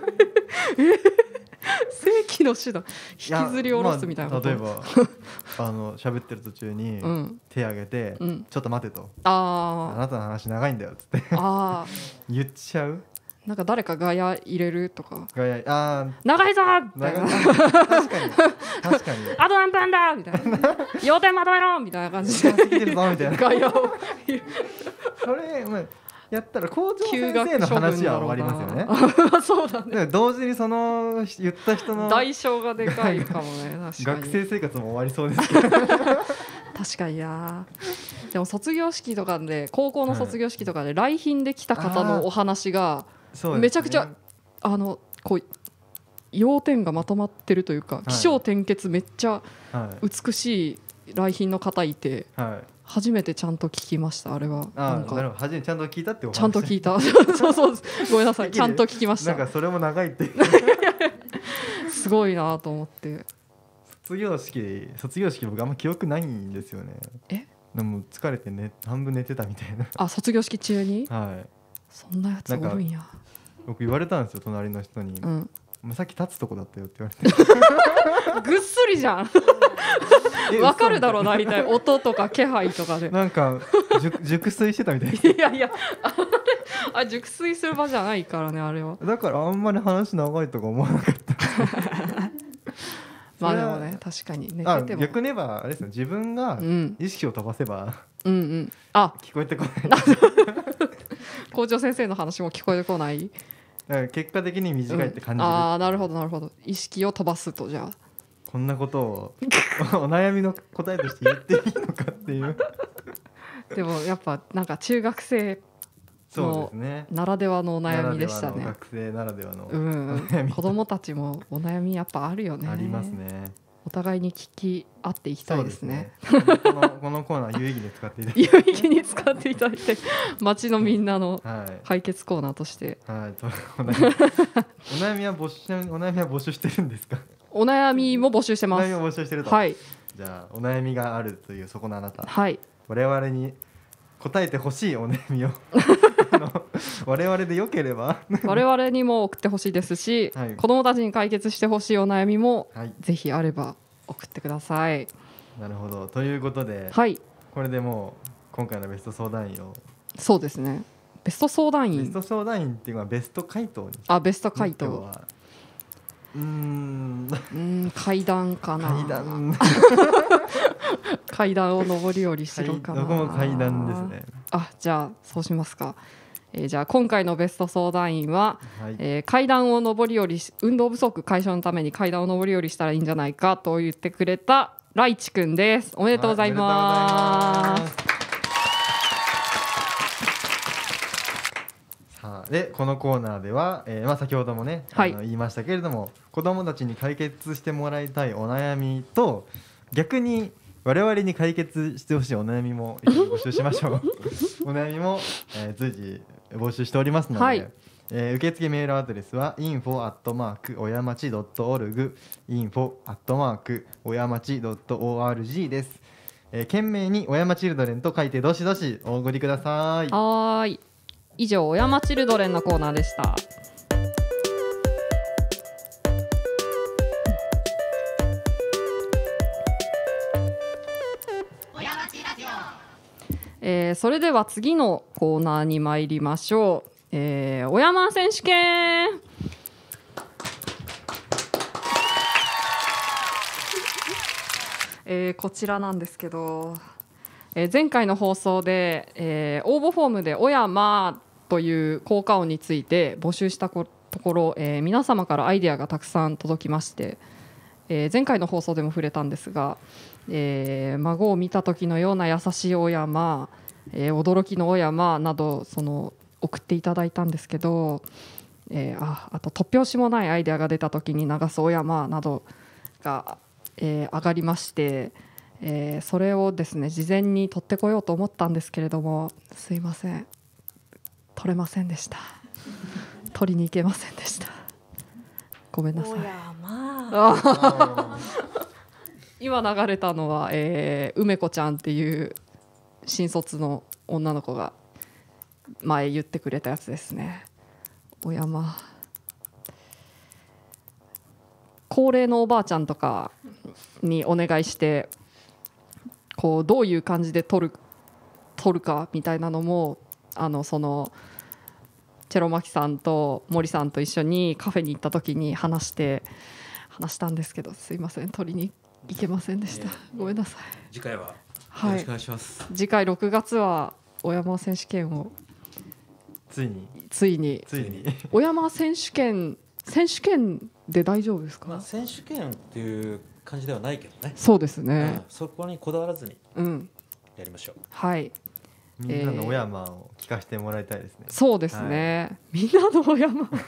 Speaker 1: 正規の手段、引きずり下ろすみたいなこと。
Speaker 6: 例えば喋ってる途中に手挙げて、ちょっと待てと、あなたの話長いんだよっつって言っちゃう。
Speaker 1: なんか誰かガヤ入れるとか。
Speaker 6: ガヤ、
Speaker 1: 長いぞみたいな。
Speaker 6: 確かに
Speaker 1: あと何分だみたいな。要点まとめろみたいな感じで。ガヤを。
Speaker 6: それやったら校長先生の話は終わりますよね。
Speaker 1: そうだね。
Speaker 6: 同時にその言った人の
Speaker 1: 代償がでかいかもね。確かに。
Speaker 6: 学生生活も終わりそうですけど。
Speaker 1: 確かにな。でも卒業式とかで、高校の卒業式とかで来賓で来た方のお話がめちゃくちゃこう要点がまとまってるというか、起承転結めっちゃ美しい来賓の方いて。初めてちゃんと聞きました。あれはなんか
Speaker 6: 初めてちゃんと聞いたってお話。
Speaker 1: ちゃんと聞いた。そうごめんなさい。ちゃんと聞きました。
Speaker 6: なんかそれも長いって
Speaker 1: すごいなと思って。
Speaker 6: 卒業式僕あんま記憶ないんですよね。でも疲れて半分寝てたみたいな。
Speaker 1: 卒業式中に？
Speaker 6: はい。
Speaker 1: そんなやつおるんや。
Speaker 6: 僕言われたんですよ隣の人に、さっき立つとこだったよって言わ
Speaker 1: れてぐっすりじゃんわかるだろう大体音とか気配とかで
Speaker 6: なんか熟睡してたみたい
Speaker 1: いやいや熟睡する場じゃないからねあれは。
Speaker 6: だからあんまり話長いとか思わなかった
Speaker 1: まあでもね確かに寝てても
Speaker 6: 逆に言えばあれですよ自分が意識を飛ばせば、聞こえてこない
Speaker 1: 校長先生の話も聞こえてこない。
Speaker 6: だから結果的に短いって感じる、
Speaker 1: ああなるほどなるほど。意識を飛ばすとじゃあ
Speaker 6: こんなことをお悩みの答えとして言っていいのかっていう
Speaker 1: でもやっぱなんか中学生のならではのお悩みでしたね。
Speaker 6: 学生ならではの、
Speaker 1: 子供たちもお悩みやっぱあるよね。
Speaker 6: ありますね。
Speaker 1: お互いに聞き合っていきたいですね。
Speaker 6: このコーナー有意義に使っていただいて
Speaker 1: 有意義に使っていただいて町のみんなの解決コーナーとして、
Speaker 6: お悩みは募集してるんですか？
Speaker 1: お悩みも募集してます。
Speaker 6: お悩みも募集してると。
Speaker 1: はい。
Speaker 6: じゃあお悩みがあるというそこのあなた。
Speaker 1: はい。
Speaker 6: 我々に答えてほしいお悩みを我々でよければ
Speaker 1: 我々にも送ってほしいですし、子どもたちに解決してほしいお悩みも、ぜひあれば送ってください。
Speaker 6: なるほど。ということで、これでもう今回のベスト相談員を
Speaker 1: そうですねベスト相談員
Speaker 6: っていうのはベスト回答に
Speaker 1: ベスト回答は階段かな。階段を上り下りしろかな。
Speaker 6: 僕も階段ですね。
Speaker 1: じゃあそうしますか。じゃあ今回のベスト相談員は、階段を上り下り運動不足解消のために階段を上り下りしたらいいんじゃないかと言ってくれたライチくんです。おめでとうございます。
Speaker 6: でこのコーナーでは、先ほどもね、言いましたけれども子どもたちに解決してもらいたいお悩みと逆に我々に解決してほしいお悩みも一緒に募集しましょうお悩みも、随時募集しておりますので、受付メールアドレスは info@ おやまち .org info@ おやまち .org です。懸命におやまチルドレンと書いてどしどしお送りください。
Speaker 1: はい。以上、おやまチルドレンのコーナーでした。それでは次のコーナーに参りましょう。おやま選手権。こちらなんですけど、前回の放送で、応募フォームでおやまという効果音について募集したところ、皆様からアイデアがたくさん届きまして、前回の放送でも触れたんですが、孫を見た時のような優しいおやま、驚きのおやまなど送っていただいたんですけど、あと突拍子もないアイデアが出た時に流すおやまなどが、上がりまして、それをですね事前に取ってこようと思ったんですけれども、すいません取れませんでした。取りに行けませんでした。ごめんなさい。今流れたのは、梅子ちゃんっていう新卒の女の子が前言ってくれたやつですね。おやま高齢のおばあちゃんとかにお願いしてこうどういう感じで撮るかみたいなのもそのチェロマキさんと森さんと一緒にカフェに行った時に話したんですけど、すいません取りに行けませんでした。ごめんなさい。
Speaker 3: 次回はよろしくお願いします。
Speaker 1: 次回6月はお山選手権を
Speaker 6: ついにお
Speaker 1: 山選手権で大丈夫ですか？
Speaker 3: 選手権っていう感じではないけどね。
Speaker 1: そうですね、
Speaker 3: そこにこだわらずにやりましょう。
Speaker 1: はい。
Speaker 6: みんなのお山を聞かせてもらいたいですね。
Speaker 1: そうですね、みんなのお山を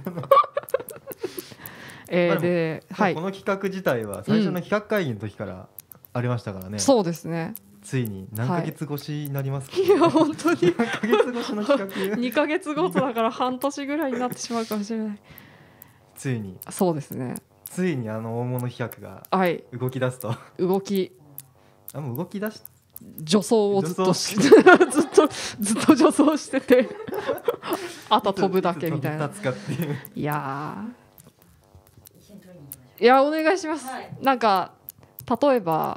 Speaker 1: で、
Speaker 6: この企画自体は最初の企画会議の時からありましたからね。
Speaker 1: そうですね。
Speaker 6: ついに何ヶ月越しになりますか？
Speaker 1: いや本当に
Speaker 6: 何ヶ月越しの企画
Speaker 1: 2ヶ月ごとだから半年ぐらいになってしまうかもしれない。
Speaker 6: ついに
Speaker 1: そうですね。
Speaker 6: ついに大物企画が動き出すと、
Speaker 1: 動き
Speaker 6: もう動き出し
Speaker 1: 助走をずっと助走しててあと飛ぶだけみたいな。いやお願いします、はい、なんか例えば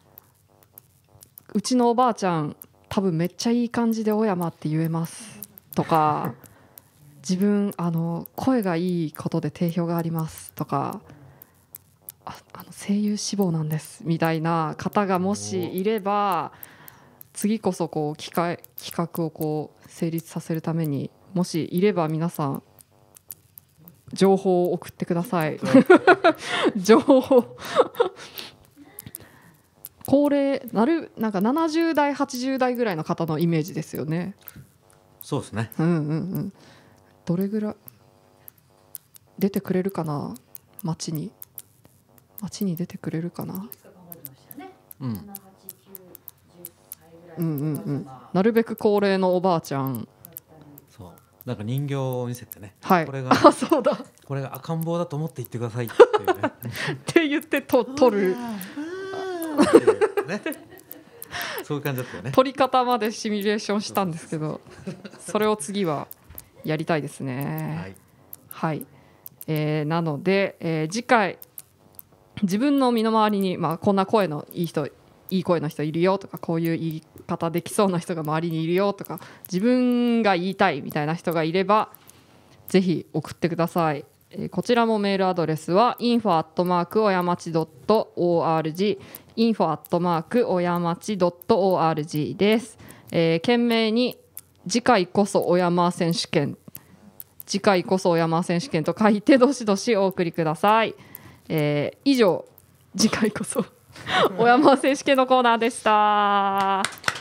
Speaker 1: うちのおばあちゃん多分めっちゃいい感じで小山って言えますとか自分声がいいことで定評がありますとか声優志望なんですみたいな方がもしいれば次こそこう企画をこう成立させるためにもしいれば皆さん情報を送ってください情報高齢なんか70代80代ぐらいの方のイメージですよね。
Speaker 3: そうですね。
Speaker 1: どれぐらい出てくれるかな、街に出てくれるかな。なるべく高齢のおばあちゃん。
Speaker 3: そうなんか人形を見せてね、
Speaker 1: はい、
Speaker 3: これが
Speaker 1: そうだ、
Speaker 3: これが赤ん坊だと思って言ってくださいっていうね
Speaker 1: って言って撮る
Speaker 3: ね、そういう感じだったよね。
Speaker 1: 撮り方までシミュレーションしたんですけどそれを次はやりたいですね。はい、なので、次回自分の身の回りに、こんな声のいい声の人いるよとかこういう言い方できそうな人が周りにいるよとか自分が言いたいみたいな人がいればぜひ送ってください。こちらもメールアドレスは info@おやまち .org info@おやまち .org です。懸命に次回こそお山選手権次回こそお山選手権と書いてどしどしお送りください。以上次回こそお山選手権のコーナーでした。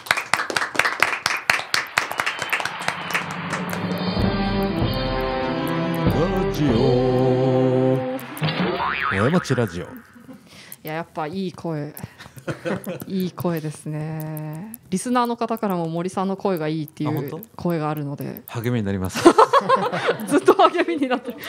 Speaker 4: ラジオおやまちラジオ。
Speaker 1: やっぱいい声いい声ですね。リスナーの方からも森さんの声がいいっていう声があるので
Speaker 3: 励みになります
Speaker 1: ずっと励みになってる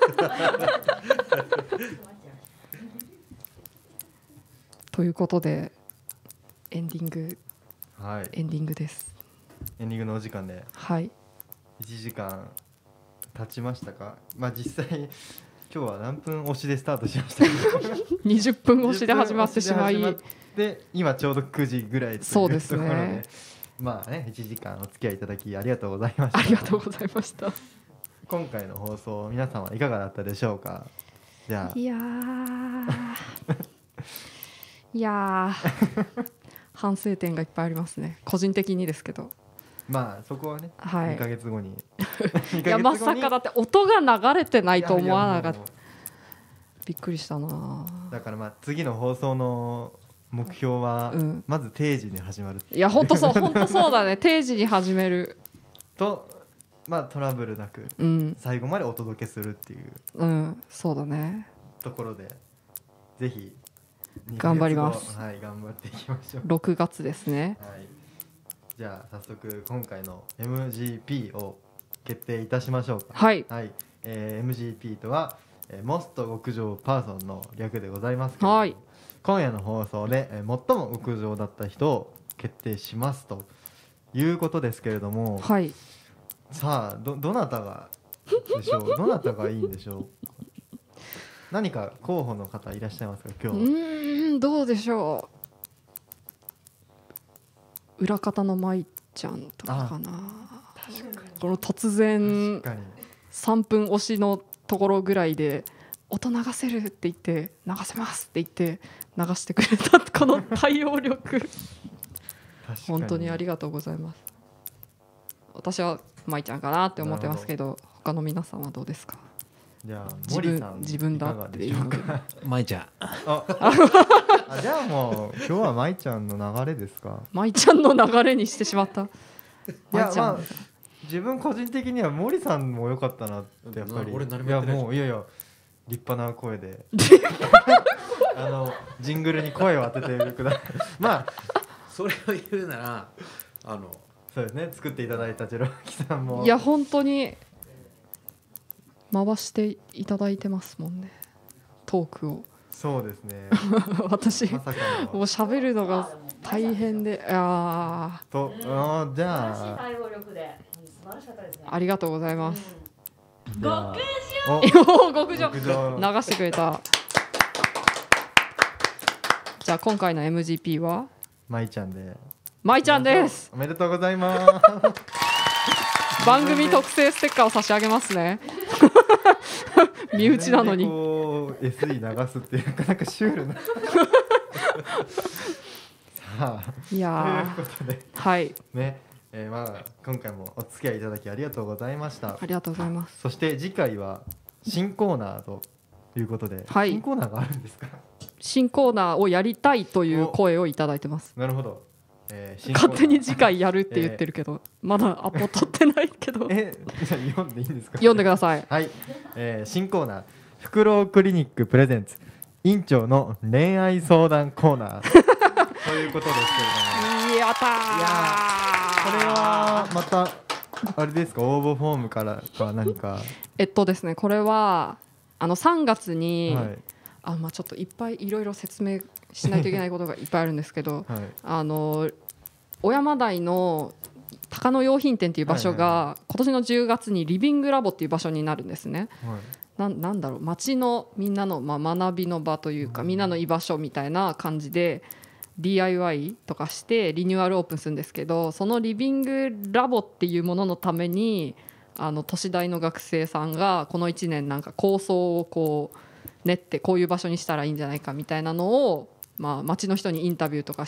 Speaker 1: ということでエンディングです。
Speaker 6: エンディングのお時間で、
Speaker 1: はい、
Speaker 6: 1時間経ちましたか。実際今日は何分押しでスタートしましたけど
Speaker 1: 20分押しで始まってしまい
Speaker 6: で今ちょうど9時ぐらいという
Speaker 1: そうですね。
Speaker 6: ところで1時間お付き合いいただきありがとうございました。
Speaker 1: ありがとうございました。
Speaker 6: 今回の放送皆さんはいかがだったでしょうか。じゃあ
Speaker 1: いや反省点がいっぱいありますね、個人的にですけど。
Speaker 6: そこはね、
Speaker 1: はい、
Speaker 6: 2ヶ月後に
Speaker 1: いやまさかだって音が流れてないと思わなかった。びっくりしたな。だ
Speaker 6: から次の放送の目標は、まず定時に始まる。
Speaker 1: いや本当そうだね定時に始める
Speaker 6: とトラブルなく最後までお届けするっていう、
Speaker 1: そうだね
Speaker 6: ところでぜひ
Speaker 1: 頑張ります。
Speaker 6: はい、頑張っていきましょう。
Speaker 1: 6月ですね。
Speaker 6: はい、じゃあ早速今回の MGP を決定いたしましょうか。
Speaker 1: はい、
Speaker 6: MGP とは、モスト極上パーソンの略でございますけれども、
Speaker 1: はい、
Speaker 6: 今夜の放送で、最も極上だった人を決定しますということですけれども、
Speaker 1: はい、
Speaker 6: さあどなたがでしょうどなたがいいんでしょう何か候補の方いらっしゃいますか今日。
Speaker 1: どうでしょう。裏方の舞ちゃんとかかな。この突然3分押しのところぐらいで音流せるって言って流せますって言って流してくれたこの対応力本当にありがとうございます。私は舞ちゃんかなって思ってますけど他の皆さんはどうですか。
Speaker 6: じゃあ森さん
Speaker 1: 自分だっていうので
Speaker 3: 舞ちゃん
Speaker 6: じゃあもう今日は舞ちゃんの流れですか。
Speaker 1: 舞ちゃんの流れにしてしまった。い
Speaker 6: や自分個人的には森さんも良かったなってやっぱり。いやもういや立派な声でジングルに声を当ててください。
Speaker 3: それを言うなら
Speaker 6: そうですね、作っていただいたジェロキさんも
Speaker 1: いや本当に回していただいてますもんねトークを。
Speaker 6: そうですね
Speaker 1: 私もう喋るのが大変で、じゃあありがとうございます。極上流してくれた。じゃあ今回の MGP は
Speaker 6: まいちゃんで。
Speaker 1: まいちゃんです。
Speaker 6: おめでとうございます
Speaker 1: 番組特製ステッカーを差し上げますね身内なのに
Speaker 6: SE 流すってなかなかシュールなさあ、
Speaker 1: いや
Speaker 6: ということで
Speaker 1: はい
Speaker 6: ね、今回もお付き合いいただきありがとうございました。
Speaker 1: ありがとうございます。
Speaker 6: そして次回は新コーナーということで、
Speaker 1: はい、
Speaker 6: 新コーナーがあるんですか？
Speaker 1: 新コーナーをやりたいという声をいただいてます。
Speaker 6: なるほど。
Speaker 1: 勝手に次回やるって言ってるけど、まだアポ取ってないけど
Speaker 6: じゃあ読んでいいんですか？
Speaker 1: 読んでください。
Speaker 6: はい、新コーナーフクロウクリニックプレゼンツ院長の恋愛相談コーナーということですけれども、
Speaker 1: やったー。
Speaker 6: いやこれはまたあれですか、応募フォームからか何か
Speaker 1: ですね、これは3月に、はい、ちょっといっぱいいろいろ説明しないといけないことがいっぱいあるんですけど、はい、小山台の高野用品店っていう場所が今年の10月にリビングラボっていう場所になるんですね。はい、なんだろう、町のみんなの、学びの場というか、みんなの居場所みたいな感じで DIY とかしてリニューアルオープンするんですけど、そのリビングラボっていうもののために都市大の学生さんがこの1年なんか構想をこう練って、こういう場所にしたらいいんじゃないかみたいなのを、町の人にインタビューとか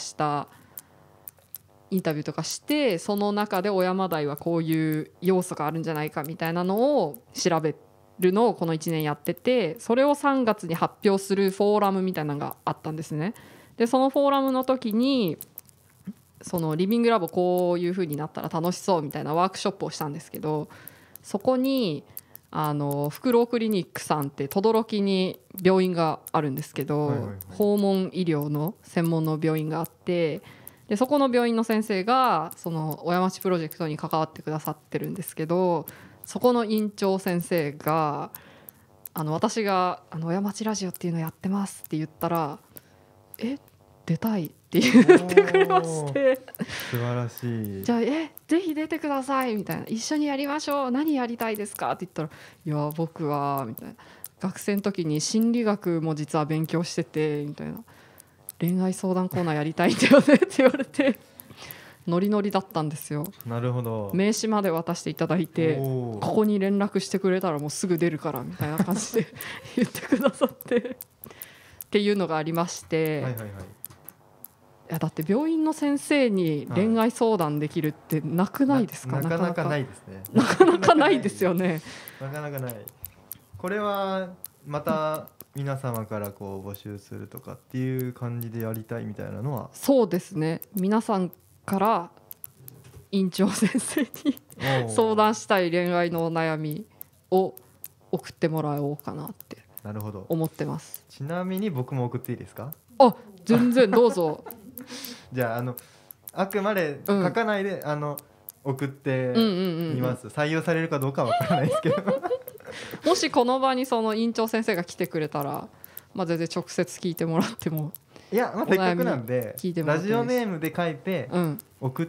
Speaker 1: して、その中で小山台はこういう要素があるんじゃないかみたいなのを調べるのをこの1年やってて、それを3月に発表するフォーラムみたいなのがあったんですね。でそのフォーラムの時にそのリビングラボこういう風になったら楽しそうみたいなワークショップをしたんですけど、そこにフクロウクリニックさんって等々力に病院があるんですけど、訪問医療の専門の病院があって、でそこの病院の先生がその小山町プロジェクトに関わってくださってるんですけど、そこの院長先生が私が小山町ラジオっていうのやってますって言ったら、出たいって言ってくれまして、
Speaker 6: 素晴らしい。
Speaker 1: じゃあぜひ出てくださいみたいな、一緒にやりましょう、何やりたいですかって言ったら、いや僕はみたいな、学生の時に心理学も実は勉強しててみたいな、恋愛相談コーナーやりたいんだよねって言われてノリノリだったんですよ。
Speaker 6: なるほど。
Speaker 1: 名刺まで渡していただいて、ここに連絡してくれたらもうすぐ出るからみたいな感じで言ってくださってっていうのがありまして、いやだって病院の先生に恋愛相談できるってなくないですか？
Speaker 6: なかなかないですね。
Speaker 1: なかなかないですよね。
Speaker 6: なかなかない。これはまた皆様からこう募集するとかっていう感じでやりたいみたいなのは？
Speaker 1: そうですね、皆さんから院長先生に相談したい恋愛のお悩みを送ってもらおうかなって思ってます。
Speaker 6: ちなみに僕も送っていいですか？
Speaker 1: 全然どうぞ
Speaker 6: じゃああくまで書かないで、送ってみます。採用されるかどうかは分からないですけど
Speaker 1: もしこの場にその院長先生が来てくれたら、全然直接聞いてもらっても、
Speaker 6: いや、せっかくなんでラジオネームで書いて送って、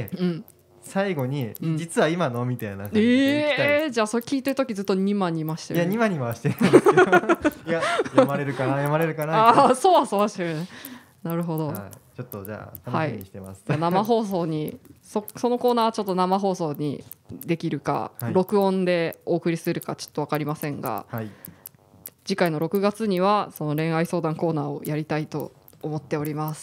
Speaker 6: 最後に実は今のみたいな感じで行きたい。
Speaker 1: じゃあそれ聞いてる時ずっとニマニマしてる。
Speaker 6: いやニマニマはしてるんですけどいや読まれるかな
Speaker 1: そわそわしてるね。なるほど、
Speaker 6: ちょっとじゃあ楽しみにしてます、
Speaker 1: 生放送にそのコーナーはちょっと生放送にできるか、録音でお送りするかちょっと分かりませんが、次回の6月にはその恋愛相談コーナーをやりたいと思っております。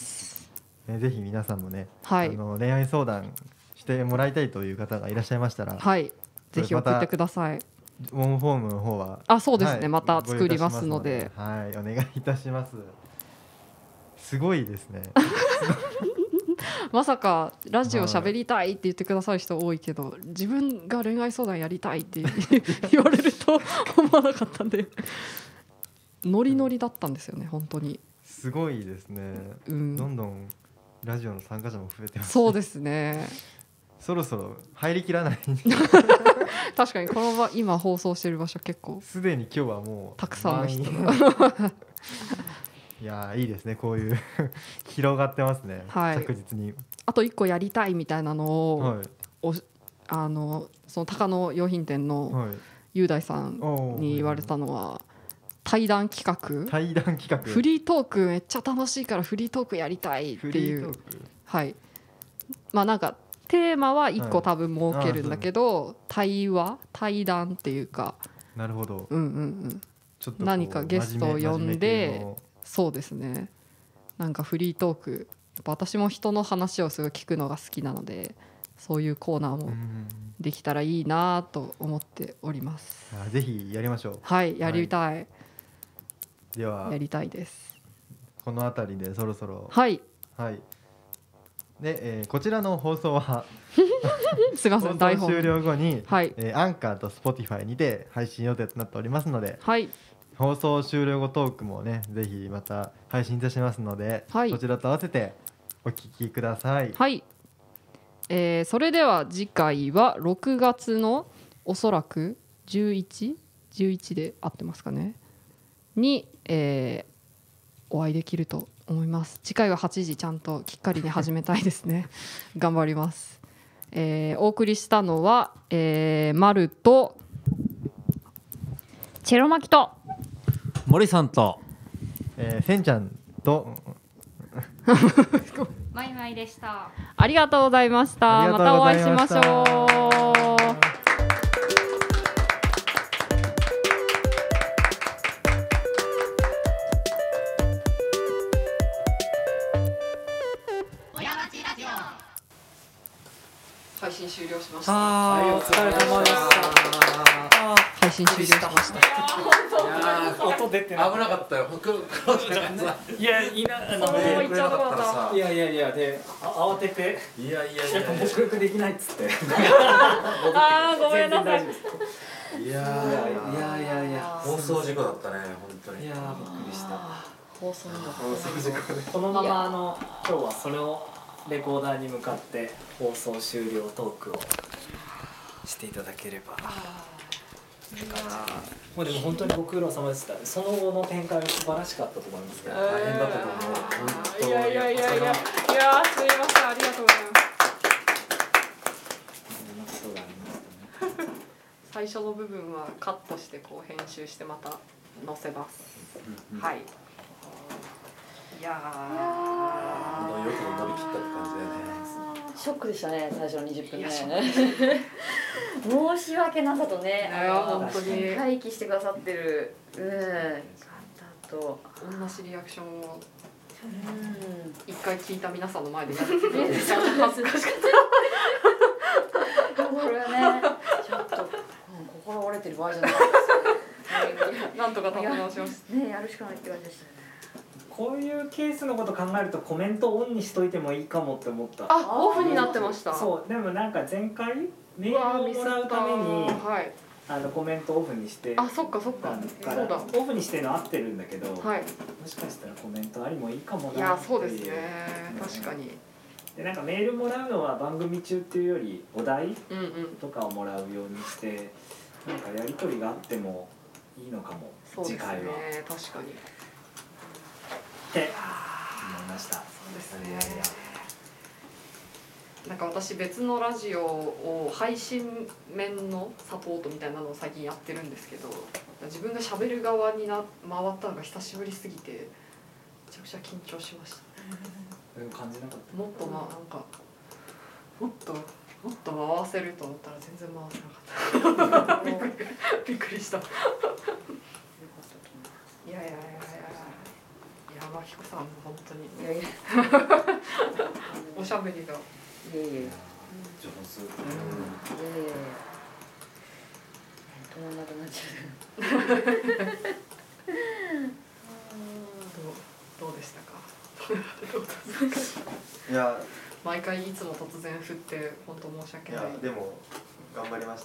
Speaker 6: ぜひ皆さんもね、恋愛相談してもらいたいという方がいらっしゃいましたら、
Speaker 1: ぜひ送ってください。
Speaker 6: 応募フォームの方は
Speaker 1: そうですね、また作りますので、
Speaker 6: お願いいたします。すごいですね
Speaker 1: まさかラジオ喋りたいって言ってくださる人多いけど、自分が恋愛相談やりたいって言われると思わなかったんでノリノリだったんですよね。本当に
Speaker 6: すごいですね、どんどんラジオの参加者も増えてます。
Speaker 1: そうですね、
Speaker 6: そろそろ入りきらない
Speaker 1: 確かにこの今放送してる場所結構
Speaker 6: すでに今日はもう
Speaker 1: たくさんの人が
Speaker 6: いやいいですね、こういう広がってますね、はい、着実に。
Speaker 1: あと1個やりたいみたいなのを、はい、その高野用品店の雄大さんに言われたのは、対談企画フリートークめっちゃ楽しいからフリートークやりたいっていう、はい、まあなんかテーマは1個多分設けるんだけど、対談っていうか、
Speaker 6: なるほど、
Speaker 1: ちょっと何かゲストを呼んで、そうですね、なんかフリートーク、やっぱ私も人の話をすごい聞くのが好きなので、そういうコーナーもできたらいいなと思っております。
Speaker 6: ぜひやりましょう。
Speaker 1: はい、やりたい、はい、
Speaker 6: では
Speaker 1: やりたいです。
Speaker 6: このあたりでそろそろ、
Speaker 1: はい
Speaker 6: はい、で、こちらの放送は
Speaker 1: すみません、
Speaker 6: 台本終了後に、はい、アンカーと Spotify にて配信予定となっておりますので、
Speaker 1: はい、
Speaker 6: 放送終了後トークもね、ぜひまた配信いたしますので、はい、そちらと合わせてお聞きください。
Speaker 1: はい、それでは次回は6月のおそらく11で合ってますかねに、お会いできると思います。次回は8時ちゃんときっかりに始めたいですね頑張ります。お送りしたのは、マルと
Speaker 2: チェロマキと
Speaker 4: 森さんと、
Speaker 6: せんちゃんと
Speaker 2: マイマイでした。
Speaker 1: ありがとうございました。またお会いしましょう。配信終了しました。
Speaker 10: お疲れ様でした。
Speaker 1: 配信終了しました。
Speaker 10: 音出てない。
Speaker 3: 危なかったよ。
Speaker 10: いや、いやで慌てて。
Speaker 3: いや
Speaker 10: 目録できないっつって。
Speaker 1: ごめんなさい。
Speaker 3: いや放送事故だったね、本当に。
Speaker 10: いやびっくりした。
Speaker 1: 放送
Speaker 10: 事故。このまま今日はそれをレコーダーに向かって放送終了トークをしていただければ。もうでも本当にご苦労様でした。その後の展開は素晴らしかったと思いますけど、大変だったと思う。
Speaker 1: いやすいません、ありがとうございます。最初の部分はカットしてこう編集してまた載せます。はい。いや
Speaker 3: よく乗り切ったって感じだよね。
Speaker 2: ショックでしたね、最初の20分ね。申し訳なさとね、
Speaker 1: 本当に
Speaker 2: 回帰してくださってる方と
Speaker 1: 同じリアクションを一回聞いた皆さんの前でやってて恥ずかしかった。
Speaker 2: これはね、ちょっと心折れてる場合じゃないですよね。
Speaker 1: なんとか立て直します
Speaker 2: ね、やるしかないって感じでしたね。
Speaker 10: こういうケースのこと考えるとコメントオンにしといてもいいかもって思った。
Speaker 1: オフになってました。
Speaker 10: そうでもなんか前回メールをもらうためにコメントオフにして、
Speaker 1: そっかそうだ
Speaker 10: オフにしてるの合ってるんだけど、
Speaker 1: はい、
Speaker 10: もしかしたらコメントありもいいかもなっていう。
Speaker 1: いやそうですね、確かに。
Speaker 10: でなんかメールもらうのは番組中っていうよりお題とかをもらうようにして、なんかやり取りがあってもいいのかも、次回は。
Speaker 1: 確かに
Speaker 10: って思いました。
Speaker 1: そうですね。なんか私別のラジオを配信面のサポートみたいなのを最近やってるんですけど、自分が喋る側に回ったのが久しぶりすぎてめちゃくちゃ緊張しました。
Speaker 10: 感じなかった。
Speaker 1: もっとなんかもっと回せると思ったら全然回せなかった。びっくりした。いやマキコさんも本当におしゃべりが
Speaker 10: 上手。
Speaker 2: 止まんなくなっちゃ
Speaker 1: う。どうでしたか。
Speaker 6: いや
Speaker 1: 毎回いつも突然振って本当申し訳ない。
Speaker 6: いやでも頑張りました。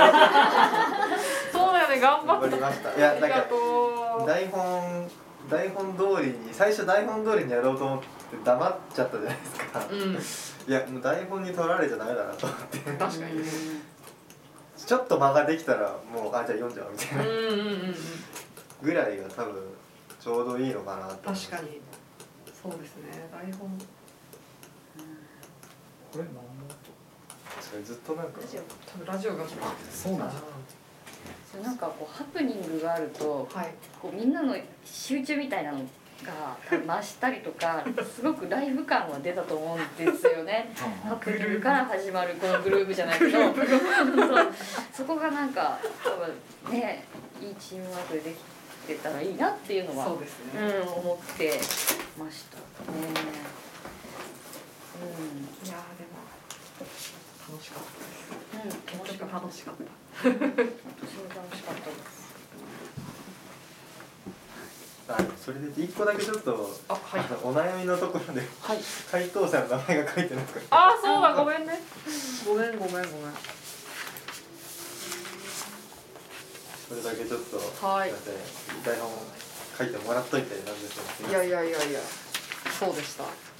Speaker 1: そうだよね、頑張
Speaker 6: りました。いやなんか台本通りに最初台本通りにやろうと思って黙っちゃったじゃないですか。いやもう台本に取られちゃダメだなと思って。
Speaker 1: 確かにね。
Speaker 6: ちょっと間ができたらもうじゃあ読んじゃうみたいなぐらいが多分ちちょうどいいのかなと。
Speaker 1: 確かにそうですね。台本
Speaker 10: これ何の音？
Speaker 6: それずっとなんか
Speaker 1: 多分ラジオが
Speaker 10: そうなんだ。
Speaker 2: なんかこうハプニングがあると、はい、こうみんなの集中みたいなのが増したりとかすごくライブ感は出たと思うんですよね。ハプニングから始まるこのグルーヴじゃないけどそこがなんか多分ねいいチームワークでできてたらいいなっていうのは
Speaker 1: そうですね、
Speaker 2: 思ってましたね。
Speaker 1: いやでも楽しかったです。結局楽しかった。
Speaker 2: 私も楽しかったです。
Speaker 6: それで1個だけちょっと
Speaker 1: はい、
Speaker 6: お悩みのところで、はい、回答者の名前が書いてなくて、
Speaker 1: そうだ、ごめんね。ごめん。
Speaker 6: それだけちょっと、
Speaker 1: はい、
Speaker 6: 台本書いてもらっといてなんですよ。
Speaker 1: いやそうでした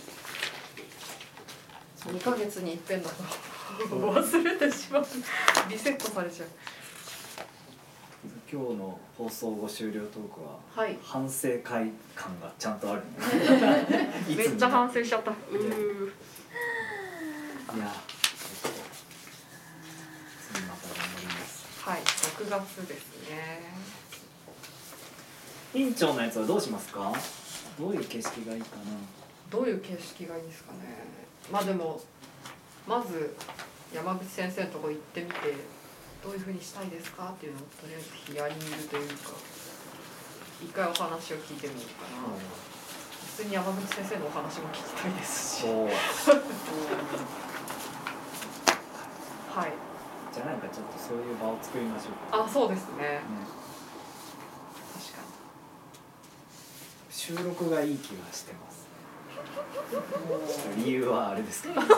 Speaker 1: 。2ヶ月に一遍だと忘れてしまう。リセットされちゃう。
Speaker 10: 今日の放送後終了トークは、はい、反省会感がちゃんとある
Speaker 1: めっちゃ反省しちゃった。いや
Speaker 10: 次また頑張ります。
Speaker 1: はい、6月ですね。
Speaker 10: 委員長のやつはどうしますか？どういう景色がいいかな？
Speaker 1: どういう景色がいいですかね。でもまず山口先生のとこ行ってみて、どういうふうにしたいですかっていうのをとりあえずヒアリングというか一回お話を聞いてみようかな。普通に山口先生のお話も聞きたいですしはい、
Speaker 10: じゃあなんかちょっとそういう場を作りましょうか。
Speaker 1: そうですね、確か
Speaker 10: に収録がいい気がしてます。理由はあれですか？バ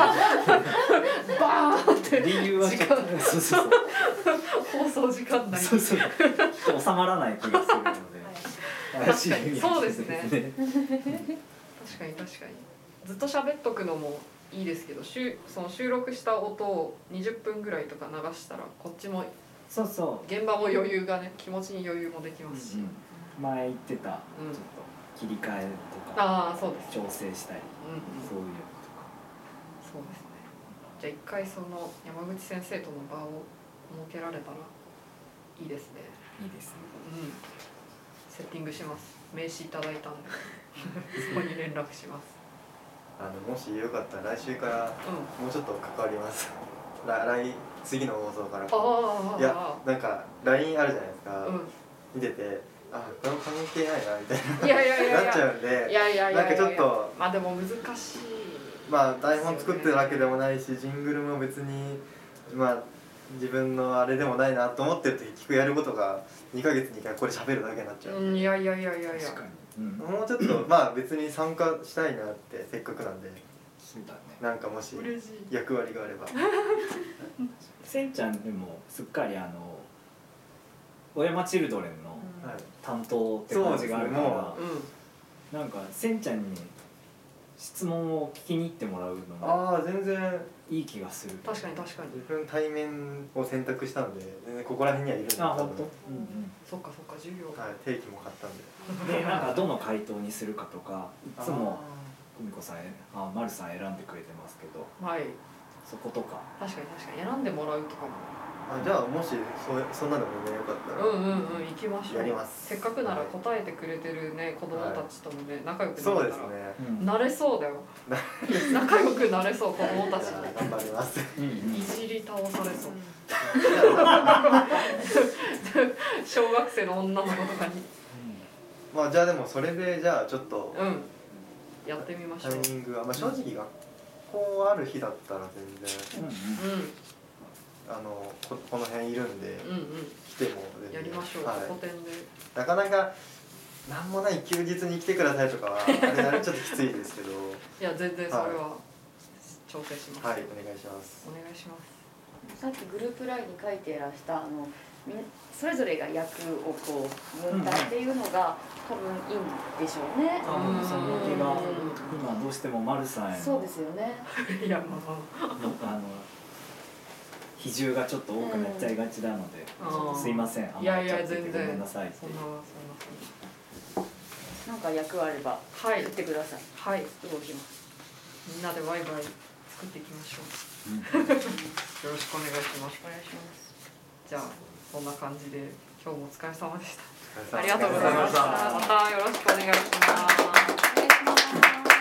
Speaker 1: ーンって
Speaker 10: 理由はちょっとそう
Speaker 1: 放送時間内に
Speaker 10: 収まらない気がするので
Speaker 1: 確かにそうですね確かにずっと喋っとくのもいいですけど、その収録した音を20分ぐらいとか流したらこっちも
Speaker 10: そう
Speaker 1: 現場も余裕がね、気持ちに余裕もできますし、
Speaker 10: 前言ってたちょっと切り替えとか
Speaker 1: そうです
Speaker 10: 調整したり、そういうのとか。
Speaker 1: そうですね。じゃあ一回その山口先生との場を設けられたらいいですね。
Speaker 10: いいですね。
Speaker 1: セッティングします。名刺いただいたんでそこに連絡します。
Speaker 6: もしよかったら来週からもうちょっと関わります。次の放送から。いやなんか LINE あるじゃないですか。見てて。これも関係ないなみたいななっちゃうんで、なんかちょっと
Speaker 1: でも難しい。
Speaker 6: 台本作ってるわけでもないし、ジングルも別に自分のあれでもないなと思ってる時聞くやることが2ヶ月に1回これ喋るだけになっちゃう。
Speaker 1: いや
Speaker 6: 確かに、もうちょっと別に参加したいなってせっかくなんで、なんかもし役割があれば。
Speaker 10: せんちゃんでもすっかり小山チルドレンの担当って感じがあるから、なんかせんちゃんに質問を聞きに行ってもらうのが
Speaker 6: 全然
Speaker 10: いい気がする。
Speaker 1: 確かに
Speaker 6: 自分対面を選択したんで全然ここら辺にはいるんで。
Speaker 10: 本当？
Speaker 1: そっか授業。
Speaker 6: 定期も買ったんで。
Speaker 10: でなんかどの回答にするかとかいつも久美子さん丸さん選んでくれてますけど、そことか。
Speaker 1: 確かに選んでもらうとかも。
Speaker 6: じゃあもしそんなのもねよかったら
Speaker 1: 行きましょう。
Speaker 6: やります。
Speaker 1: せっかくなら答えてくれてるね子供たちともね仲良くなれたら。
Speaker 6: そうですね。
Speaker 1: なれそうだよ。仲良くなれそう子供たち。
Speaker 6: 頑張ります。
Speaker 1: いじり倒されそう。小学生の女の子とかに。
Speaker 6: じゃあでもそれでじゃあちょっと
Speaker 1: やってみましょう。
Speaker 6: タイミングは正直学校ある日だったら全然。この辺いるんで来ても
Speaker 1: やりましょう。古典で
Speaker 6: なかなか何もない休日に来てくださいとかはあれちょっときついですけど
Speaker 1: いや全然それは調整します。
Speaker 6: お願いします。
Speaker 1: お願いします。
Speaker 2: さっきグループ LINE に書いてらしたそれぞれが役をこう分担っていうのが多分いいんでしょうね。
Speaker 10: その気が今どうしても丸さんへの
Speaker 2: そうですよね。
Speaker 1: いや
Speaker 10: 比重がちょっと多くなっちゃいがちなので、すいません。
Speaker 1: いや全然
Speaker 10: ごめんなさいって。
Speaker 2: か役あれば言ってください。
Speaker 1: はい、
Speaker 2: 動きます。
Speaker 1: みんなでワイワイ作っていきましょう。よろしくお願いします。
Speaker 2: お願いします。
Speaker 1: じゃあそんな感じで今日もお疲れ様でした。ありがとうございました。またよろしくお願いします。